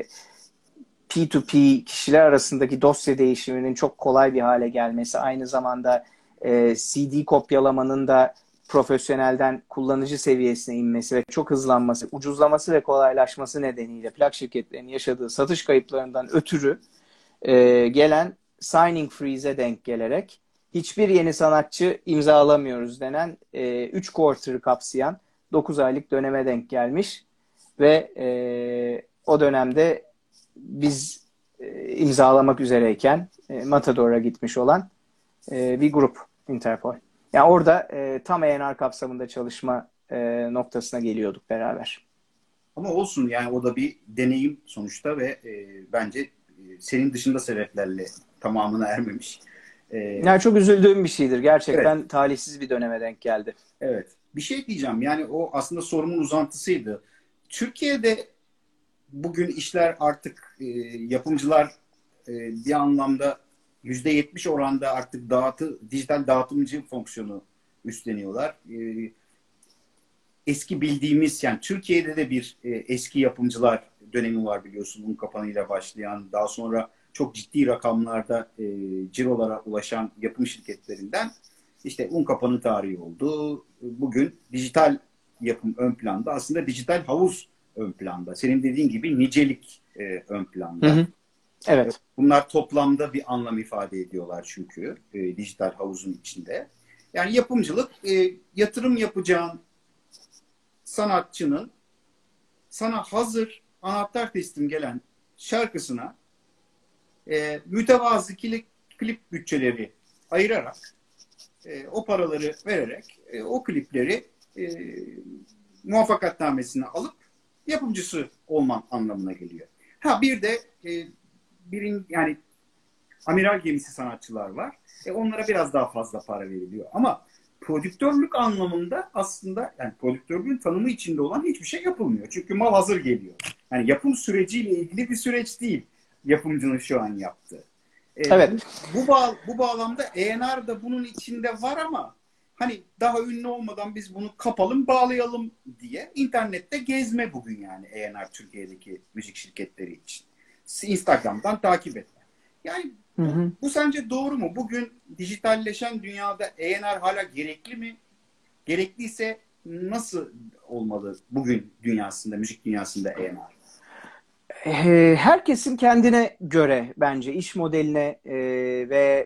P iki P kişiler arasındaki dosya değişiminin çok kolay bir hale gelmesi, aynı zamanda e, C D kopyalamanın da profesyonelden kullanıcı seviyesine inmesi ve çok hızlanması, ucuzlaması ve kolaylaşması nedeniyle plak şirketlerinin yaşadığı satış kayıplarından ötürü e, gelen signing freeze'e denk gelerek hiçbir yeni sanatçı imzalamıyoruz denen e, üç quarter'ı kapsayan dokuz aylık döneme denk gelmiş ve e, o dönemde biz e, imzalamak üzereyken e, Matador'a gitmiş olan e, bir grup Interpol. Yani orada e, tam A and R kapsamında çalışma e, noktasına geliyorduk beraber. Ama olsun, yani o da bir deneyim sonuçta ve e, bence e, senin dışında sebeplerle tamamına ermemiş. E, Yani çok üzüldüğüm bir şeydir. Gerçekten evet. talihsiz bir döneme denk geldi. Evet. Bir şey diyeceğim. Yani o aslında sorumun uzantısıydı. Türkiye'de bugün işler artık e, yapımcılar e, bir anlamda yüzde yetmiş oranda artık dağıtı, dijital dağıtımcı fonksiyonu üstleniyorlar. E, eski bildiğimiz, yani Türkiye'de de bir e, eski yapımcılar dönemi var biliyorsun. Un kapanıyla başlayan, daha sonra çok ciddi rakamlarda e, cirolara ulaşan yapım şirketlerinden işte un kapanı tarihi oldu. Bugün dijital yapım ön planda. Aslında dijital havuz ön planda. Senin dediğin gibi nicelik e, ön Hı planda. hı. Evet. Bunlar toplamda bir anlam ifade ediyorlar çünkü e, dijital havuzun içinde. Yani yapımcılık, e, yatırım yapacağın sanatçının sana hazır anahtar teslim gelen şarkısına e, mütevazı klip, klip bütçeleri ayırarak, e, o paraları vererek e, o klipleri e, muvaffakatnamesine alıp yapımcısı olman anlamına geliyor. Ha bir de e, birin yani amiral gemisi sanatçılar var. E, onlara biraz daha fazla para veriliyor. Ama prodüktörlük anlamında aslında yani prodüktörlüğün tanımı içinde olan hiçbir şey yapılmıyor. Çünkü mal hazır geliyor. Yani yapım süreciyle ilgili bir süreç değil yapımcının şu an yaptığı. E, bu, Evet. bu, bağ, bu bağlamda E and R da bunun içinde var ama hani daha ünlü olmadan biz bunu kapalım, bağlayalım diye internette gezme bugün yani E and R Türkiye'deki müzik şirketleri için. Instagram'dan takip et. Yani Hı bu, hı. bu sence doğru mu? Bugün dijitalleşen dünyada E and R hala gerekli mi? Gerekliyse nasıl olmalı bugün dünyasında, müzik dünyasında E and R? Ee, Herkesin kendine göre bence iş modeline e, ve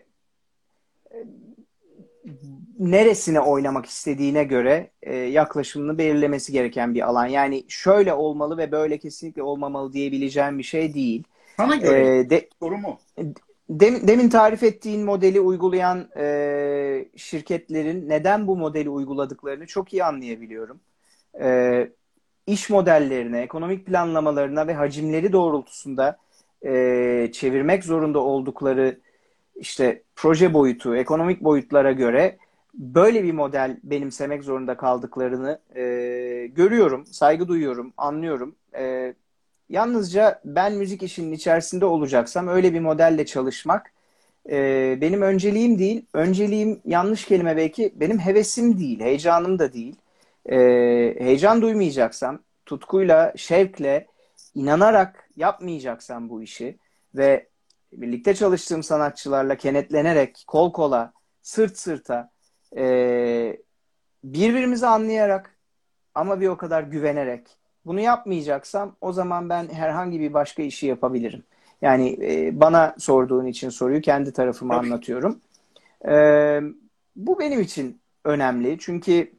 neresine oynamak istediğine göre e, yaklaşımını belirlemesi gereken bir alan. Yani şöyle olmalı ve böyle kesinlikle olmamalı diyebileceğim bir şey değil. Sana E, göre de, soru mu? dem, Demin tarif ettiğin modeli uygulayan e, şirketlerin neden bu modeli uyguladıklarını çok iyi anlayabiliyorum. E, iş modellerine, ekonomik planlamalarına ve hacimleri doğrultusunda e, çevirmek zorunda oldukları işte proje boyutu, ekonomik boyutlara göre böyle bir model benimsemek zorunda kaldıklarını e, görüyorum, saygı duyuyorum, anlıyorum. E, yalnızca ben müzik işinin içerisinde olacaksam öyle bir modelle çalışmak e, benim önceliğim değil. Önceliğim yanlış kelime belki, benim hevesim değil, heyecanım da değil. E, heyecan duymayacaksam, tutkuyla, şevkle, inanarak yapmayacaksam bu işi ve birlikte çalıştığım sanatçılarla kenetlenerek, kol kola, sırt sırta, e, birbirimizi anlayarak ama bir o kadar güvenerek bunu yapmayacaksam o zaman ben herhangi bir başka işi yapabilirim. Yani e, bana sorduğun için soruyu kendi tarafımı Tabii. anlatıyorum. E, Bu benim için önemli çünkü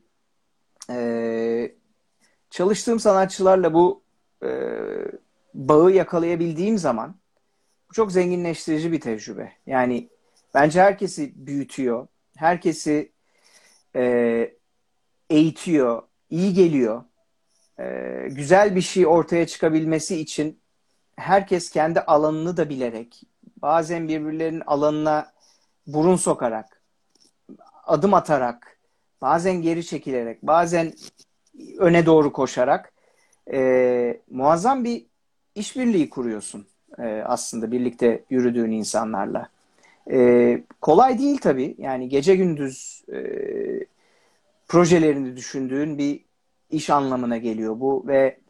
e, çalıştığım sanatçılarla bu e, bağı yakalayabildiğim zaman bu çok zenginleştirici bir tecrübe. Yani bence herkesi büyütüyor, herkesi e, eğitiyor, iyi geliyor. E, güzel bir şey ortaya çıkabilmesi için herkes kendi alanını da bilerek, bazen birbirlerinin alanına burun sokarak, adım atarak, bazen geri çekilerek, bazen öne doğru koşarak e, muazzam bir işbirliği kuruyorsun e, aslında birlikte yürüdüğün insanlarla. E, kolay değil tabii. Yani gece gündüz e, projelerini düşündüğün bir iş anlamına geliyor bu ve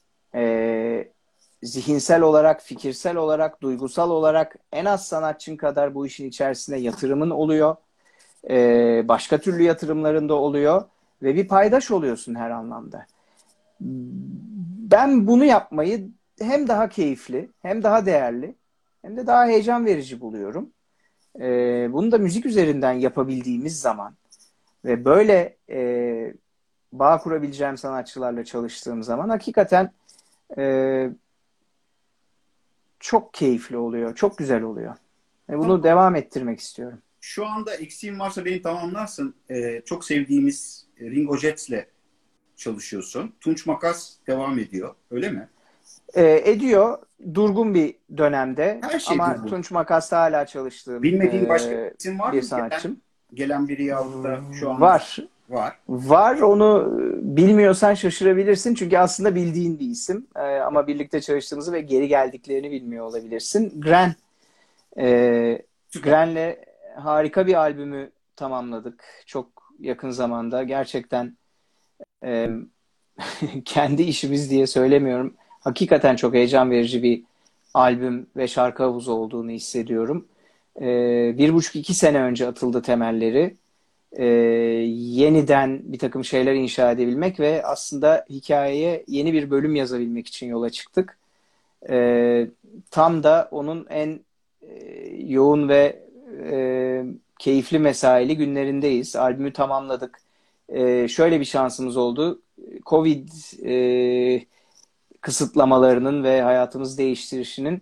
e, zihinsel olarak, fikirsel olarak, duygusal olarak en az sanatçın kadar bu işin içerisinde yatırımın oluyor. E, başka türlü yatırımların da oluyor ve bir paydaş oluyorsun her anlamda. Ben bunu yapmayı hem daha keyifli, hem daha değerli, hem de daha heyecan verici buluyorum. Ee, bunu da müzik üzerinden yapabildiğimiz zaman ve böyle e, bağ kurabileceğim sanatçılarla çalıştığım zaman hakikaten e, çok keyifli oluyor, çok güzel oluyor. Ve bunu Tamam. devam ettirmek istiyorum. Şu anda eksiğim varsa beni tamamlarsın. Ee, çok sevdiğimiz Ringo Jets'le çalışıyorsun. Tunç Makas devam ediyor. Öyle mi? Ee, ediyor, durgun bir dönemde Her şey ama durgun. Tunç Makas'ta hala çalıştığım Bilmediğin başka bir e, isim var bir mı? Gelen, sanatçım. gelen biri yahut da şu anda Var. var. Var, onu bilmiyorsan şaşırabilirsin çünkü aslında bildiğin bir isim. Ee, ama birlikte çalıştığımızı ve geri geldiklerini bilmiyor olabilirsin. Gren, e, Süper. Gren'le harika bir albümü tamamladık çok yakın zamanda. Gerçekten e, kendi işimiz diye söylemiyorum. Hakikaten çok heyecan verici bir albüm ve şarkı havuzu olduğunu hissediyorum. Ee, bir buçuk iki sene önce atıldı temelleri. Ee, yeniden bir takım şeyler inşa edebilmek ve aslında hikayeye yeni bir bölüm yazabilmek için yola çıktık. Ee, tam da onun en e, yoğun ve e, keyifli mesaili günlerindeyiz. Albümü tamamladık. Ee, şöyle bir şansımız oldu. Covid e, kısıtlamalarının ve hayatımızı değiştirişinin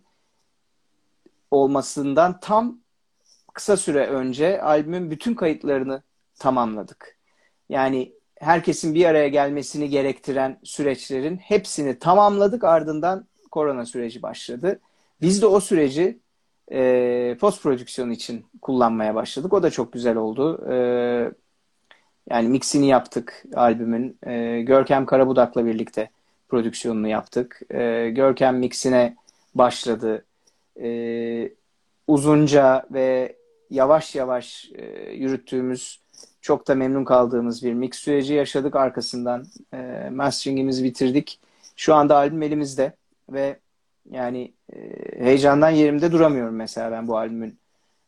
olmasından tam kısa süre önce albümün bütün kayıtlarını tamamladık. Yani herkesin bir araya gelmesini gerektiren süreçlerin hepsini tamamladık. Ardından korona süreci başladı. Biz de o süreci e, post prodüksiyon için kullanmaya başladık. O da çok güzel oldu. E, yani mixini yaptık albümün. E, Görkem Karabudak'la birlikte prodüksiyonunu yaptık. E, Görkem mixine başladı. E, uzunca ve yavaş yavaş e, yürüttüğümüz, çok da memnun kaldığımız bir mix süreci yaşadık. Arkasından e, masteringimizi bitirdik. Şu anda albüm elimizde ve yani e, heyecandan yerimde duramıyorum mesela ben bu albümün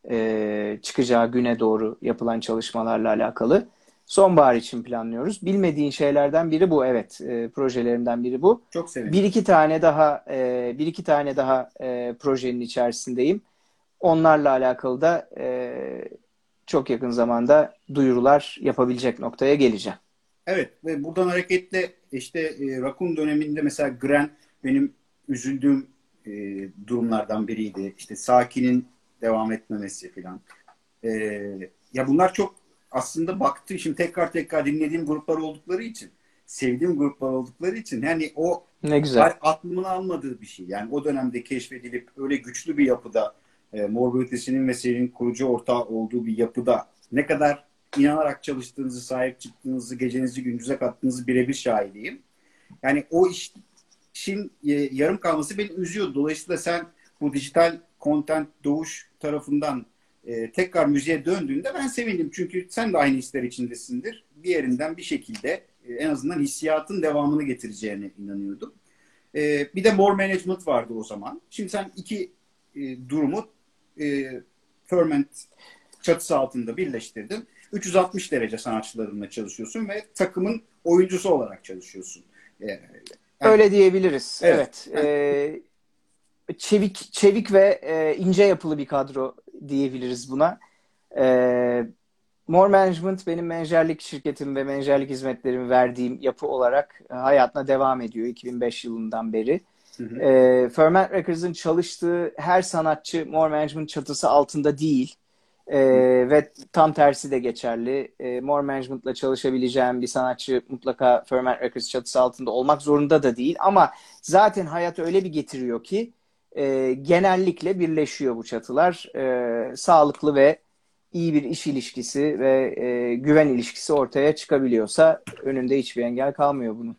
e, çıkacağı güne doğru yapılan çalışmalarla alakalı. Sonbahar için planlıyoruz. Bilmediğin şeylerden biri bu, evet. E, projelerimden biri bu. Çok sevindim. Bir iki tane daha e, bir iki tane daha e, projenin içerisindeyim. Onlarla alakalı da e, çok yakın zamanda duyurular yapabilecek noktaya geleceğim. Evet ve buradan hareketle işte e, Rakun döneminde mesela Gren benim üzüldüğüm e, durumlardan biriydi. İşte Sakin'in devam etmemesi falan. E, ya bunlar çok aslında baktı şimdi tekrar tekrar dinlediğim gruplar oldukları için, sevdiğim gruplar oldukları için yani o Ne güzel. aklımın almadığı bir şey. Yani o dönemde keşfedilip öyle güçlü bir yapıda e, Mor ve Ötesi'nin ve senin kurucu ortağı olduğu bir yapıda ne kadar inanarak çalıştığınızı, sahip çıktığınızı, gecenizi gündüze kattığınızı birebir şahidiyim. Yani o iş, işin e, yarım kalması beni üzüyordu. Dolayısıyla sen bu dijital content doğuş tarafından e, tekrar müziğe döndüğünde ben sevindim. Çünkü sen de aynı hisler içindesindir. Bir yerinden bir şekilde e, en azından hissiyatın devamını getireceğine inanıyordum. E, bir de More Management vardı o zaman. Şimdi sen iki e, durumu e, Ferment çatısı altında birleştirdin. üç yüz altmış derece sanatçılarınla çalışıyorsun ve takımın oyuncusu olarak çalışıyorsun. Ee, yani, Öyle diyebiliriz. evet. Evet. Ee, çevik çevik ve e, ince yapılı bir kadro diyebiliriz buna. Ee, More Management benim menajerlik şirketim ve menajerlik hizmetlerimi verdiğim yapı olarak hayatına devam ediyor iki bin beş yılından beri. Hı hı. Ee, Ferment Records'ın çalıştığı her sanatçı More Management çatısı altında değil. Ee, ve tam tersi de geçerli. Ee, More Management'la çalışabileceğim bir sanatçı mutlaka Ferment Records çatısı altında olmak zorunda da değil. Ama zaten hayat öyle bir getiriyor ki e, genellikle birleşiyor bu çatılar. E, sağlıklı ve iyi bir iş ilişkisi ve e, güven ilişkisi ortaya çıkabiliyorsa önünde hiçbir engel kalmıyor bunun.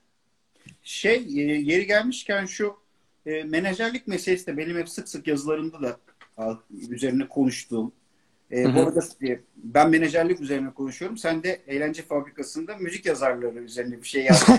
Şey, e, yeri gelmişken şu e, menajerlik meselesi de benim hep sık sık yazılarımda da a, üzerine konuştuğum. E, Hı hı. bu arada e, ben menajerlik üzerine konuşuyorum. Sen de Eğlence Fabrikası'nda müzik yazarları üzerine bir şey yazdın.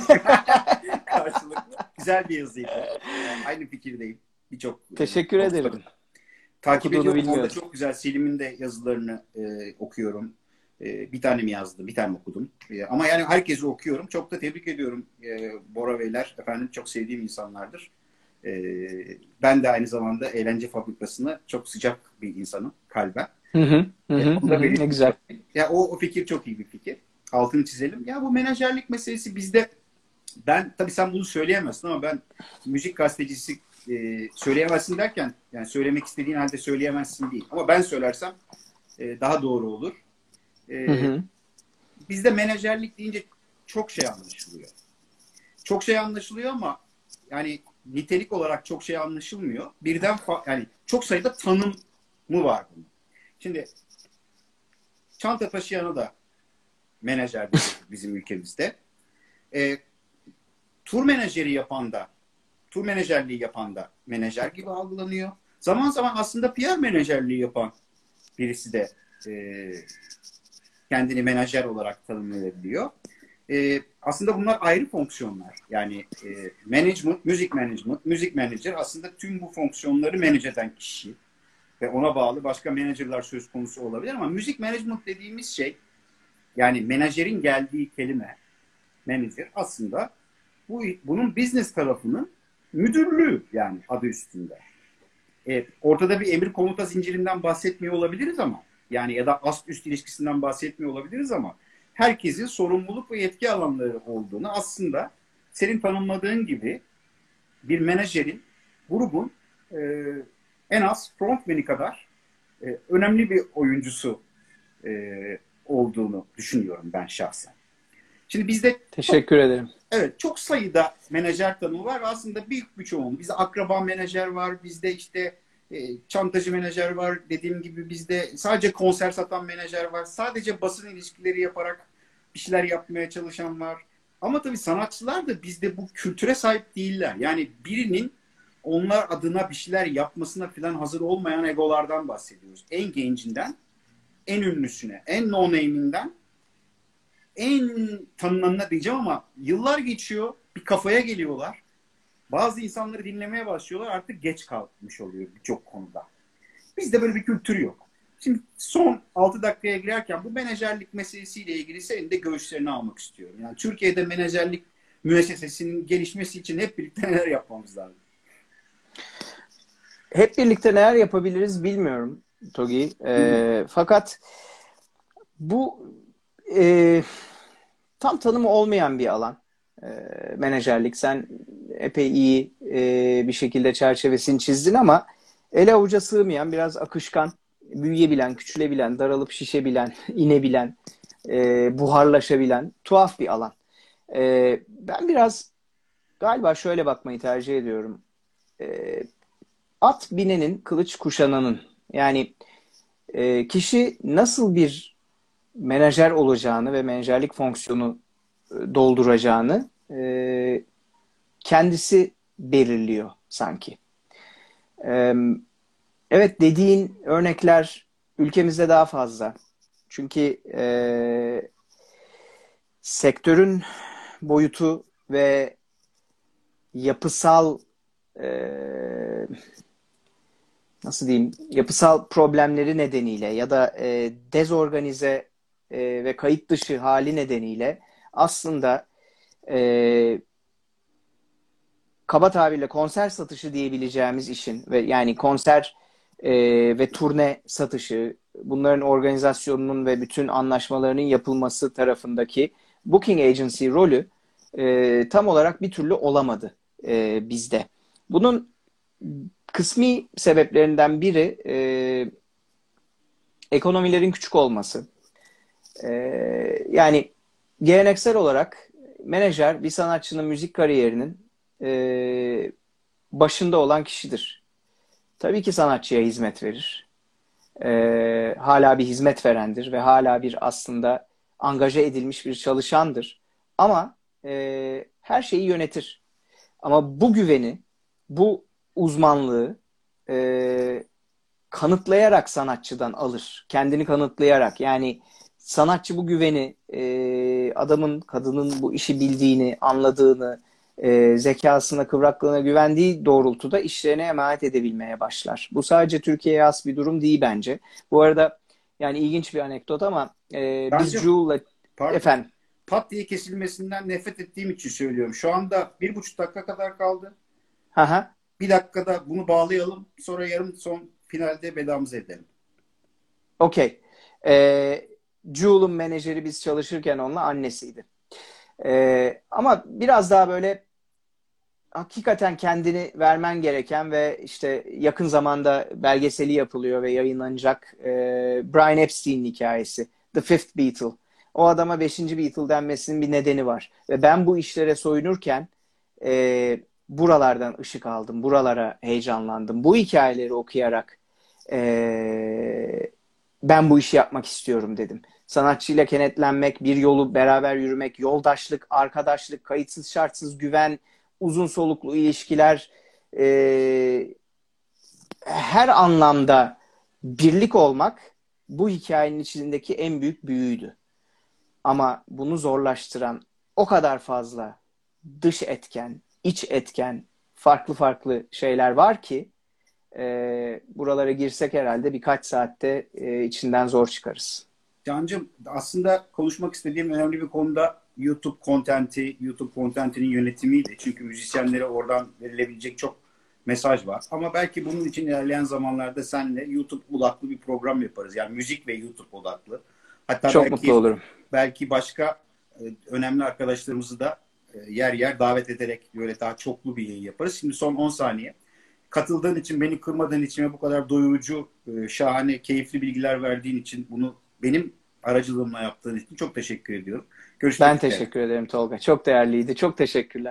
Karşılıklı. Güzel bir yazıydı. Yani aynı fikirdeyim. Birçok Teşekkür e, ederim. takip Okuduğunu ediyorum. Orada bilmiyordum. çok güzel. Selim'in de yazılarını e, okuyorum. E, bir tane mi yazdı? Bir tane okudum. E, ama yani herkesi okuyorum. Çok da tebrik ediyorum e, Bora Beyler. Efendim çok sevdiğim insanlardır. E, ben de aynı zamanda Eğlence Fabrikası'na çok sıcak bir insanım kalben. Hı hı, hı E, hı, onu hı da hı. Ne güzel. belirtmek. Ya o, o fikir çok iyi bir fikir. Altını çizelim. Ya bu menajerlik meselesi bizde ben tabii sen bunu söyleyemezsin ama ben müzik gazetecisi e, söyleyemezsin derken yani söylemek istediğin halde söyleyemezsin değil. Ama ben söylersem e, daha doğru olur. E, Hı hı. bizde menajerlik deyince çok şey anlaşılıyor. Çok şey anlaşılıyor ama yani nitelik olarak çok şey anlaşılmıyor. Birden fa- yani çok sayıda tanımı var bunun. Şimdi çanta taşıyana da menajer bizim ülkemizde. E, tur menajeri yapan da tur menajerliği yapan da menajer gibi algılanıyor. Zaman zaman aslında P R menajerliği yapan birisi de e, kendini menajer olarak tanımlayabiliyor. e, aslında bunlar ayrı fonksiyonlar. Yani e, management, müzik management, müzik manager aslında tüm bu fonksiyonları manage eden kişi ve ona bağlı başka menajerler söz konusu olabilir ama müzik management dediğimiz şey, yani menajerin geldiği kelime manager aslında bu bunun business tarafının müdürlüğü, yani adı üstünde. Evet, ortada bir emir komuta zincirinden bahsetmiyor olabiliriz ama yani ya da ast üst ilişkisinden bahsetmiyor olabiliriz ama herkesin sorumluluk ve yetki alanları olduğunu, aslında senin tanımladığın gibi bir menajerin grubun e, en az frontman'i kadar e, önemli bir oyuncusu e, olduğunu düşünüyorum ben şahsen. Şimdi bizde çok, Teşekkür ederim. evet, çok sayıda menajer tanımı var. Aslında büyük bir çoğunluğu. Bizde akraba menajer var. Bizde işte e, çantacı menajer var. Dediğim gibi bizde sadece konser satan menajer var. Sadece basın ilişkileri yaparak bir şeyler yapmaya çalışan var. Ama tabii sanatçılar da bizde bu kültüre sahip değiller. Yani birinin onlar adına bir şeyler yapmasına falan hazır olmayan egolardan bahsediyoruz. En gencinden en ünlüsüne, en no-name'inden en tanınanına diyeceğim ama yıllar geçiyor, bir kafaya geliyorlar. Bazı insanları dinlemeye başlıyorlar, artık geç kalmış oluyor birçok konuda. Bizde böyle bir kültür yok. Şimdi son altı dakikaya girerken bu menajerlik meselesiyle ilgili senin de görüşlerini almak istiyorum. Yani Türkiye'de menajerlik müessesesinin gelişmesi için hep birlikte neler yapmamız lazım? Hep birlikte neler yapabiliriz bilmiyorum Togi. E, fakat bu e, tam tanımı olmayan bir alan. E, menajerlik. Sen epey iyi e, bir şekilde çerçevesini çizdin ama ele avuca sığmayan, biraz akışkan, büyüyebilen, küçülebilen, daralıp şişebilen, inebilen, e, buharlaşabilen tuhaf bir alan. E, ben biraz galiba şöyle bakmayı tercih ediyorum. E, at binenin, kılıç kuşananın. Yani e, kişi nasıl bir menajer olacağını ve menajerlik fonksiyonu e, dolduracağını e, kendisi belirliyor sanki. E, evet, dediğin örnekler ülkemizde daha fazla. Çünkü e, sektörün boyutu ve yapısal e, nasıl diyeyim, yapısal problemleri nedeniyle ya da e, dezorganize e, ve kayıt dışı hali nedeniyle aslında e, kaba tabirle konser satışı diyebileceğimiz işin ve yani konser e, ve turne satışı, bunların organizasyonunun ve bütün anlaşmalarının yapılması tarafındaki booking agency rolü e, tam olarak bir türlü olamadı e, bizde. Bunun kısmi sebeplerinden biri e, ekonomilerin küçük olması. E, yani geleneksel olarak menajer bir sanatçının müzik kariyerinin e, başında olan kişidir. Tabii ki sanatçıya hizmet verir. E, hala bir hizmet verendir ve hala bir aslında angaje edilmiş bir çalışandır. Ama e, her şeyi yönetir. Ama bu güveni, bu uzmanlığı e, kanıtlayarak sanatçıdan alır. Kendini kanıtlayarak. Yani sanatçı bu güveni e, adamın, kadının bu işi bildiğini, anladığını, e, zekasına, kıvraklığına güvendiği doğrultuda işlerine emanet edebilmeye başlar. Bu sadece Türkiye'ye has bir durum değil bence. Bu arada yani ilginç bir anekdot ama e, biz Bence, Jewel'la pardon, efendim. pat diye kesilmesinden nefret ettiğim için söylüyorum. Şu anda bir buçuk dakika kadar kaldı. Haha. Bir dakikada bunu bağlayalım. Sonra yarım son finalde vedamızı edelim. Okey. Ee, Jewel'ın menajeri, biz çalışırken onunla annesiydi. Ee, ama biraz daha böyle hakikaten kendini vermen gereken ve işte yakın zamanda belgeseli yapılıyor ve yayınlanacak e, Brian Epstein hikayesi. The Fifth Beatle. O adama beşinci Beatle denmesinin bir nedeni var. Ve ben bu işlere soyunurken e, buralardan ışık aldım. Buralara heyecanlandım. Bu hikayeleri okuyarak e, ben bu işi yapmak istiyorum dedim. Sanatçıyla kenetlenmek, bir yolu beraber yürümek, yoldaşlık, arkadaşlık, kayıtsız şartsız güven, uzun soluklu ilişkiler, e, her anlamda birlik olmak bu hikayenin içindeki en büyük büyüydü. Ama bunu zorlaştıran o kadar fazla dış etken, iç etken, farklı farklı şeyler var ki e, buralara girsek herhalde birkaç saatte e, içinden zor çıkarız. Cancım, aslında konuşmak istediğim önemli bir konuda YouTube kontenti, YouTube kontentinin yönetimiydi. Çünkü müzisyenlere oradan verilebilecek çok mesaj var. Ama belki bunun için ilerleyen zamanlarda seninle YouTube odaklı bir program yaparız. Yani müzik ve YouTube odaklı. Hatta Çok mutlu belki olurum. belki başka e, önemli arkadaşlarımızı da e, yer yer davet ederek böyle daha çoklu bir yayın yaparız. Şimdi son on saniye. Katıldığın için, beni kırmadığın için ve bu kadar doyurucu, e, şahane, keyifli bilgiler verdiğin için, bunu benim aracılığımla yaptığın için çok teşekkür ediyorum. Görüşmek Ben üzere. teşekkür ederim Tolga. Çok değerliydi. Çok teşekkürler.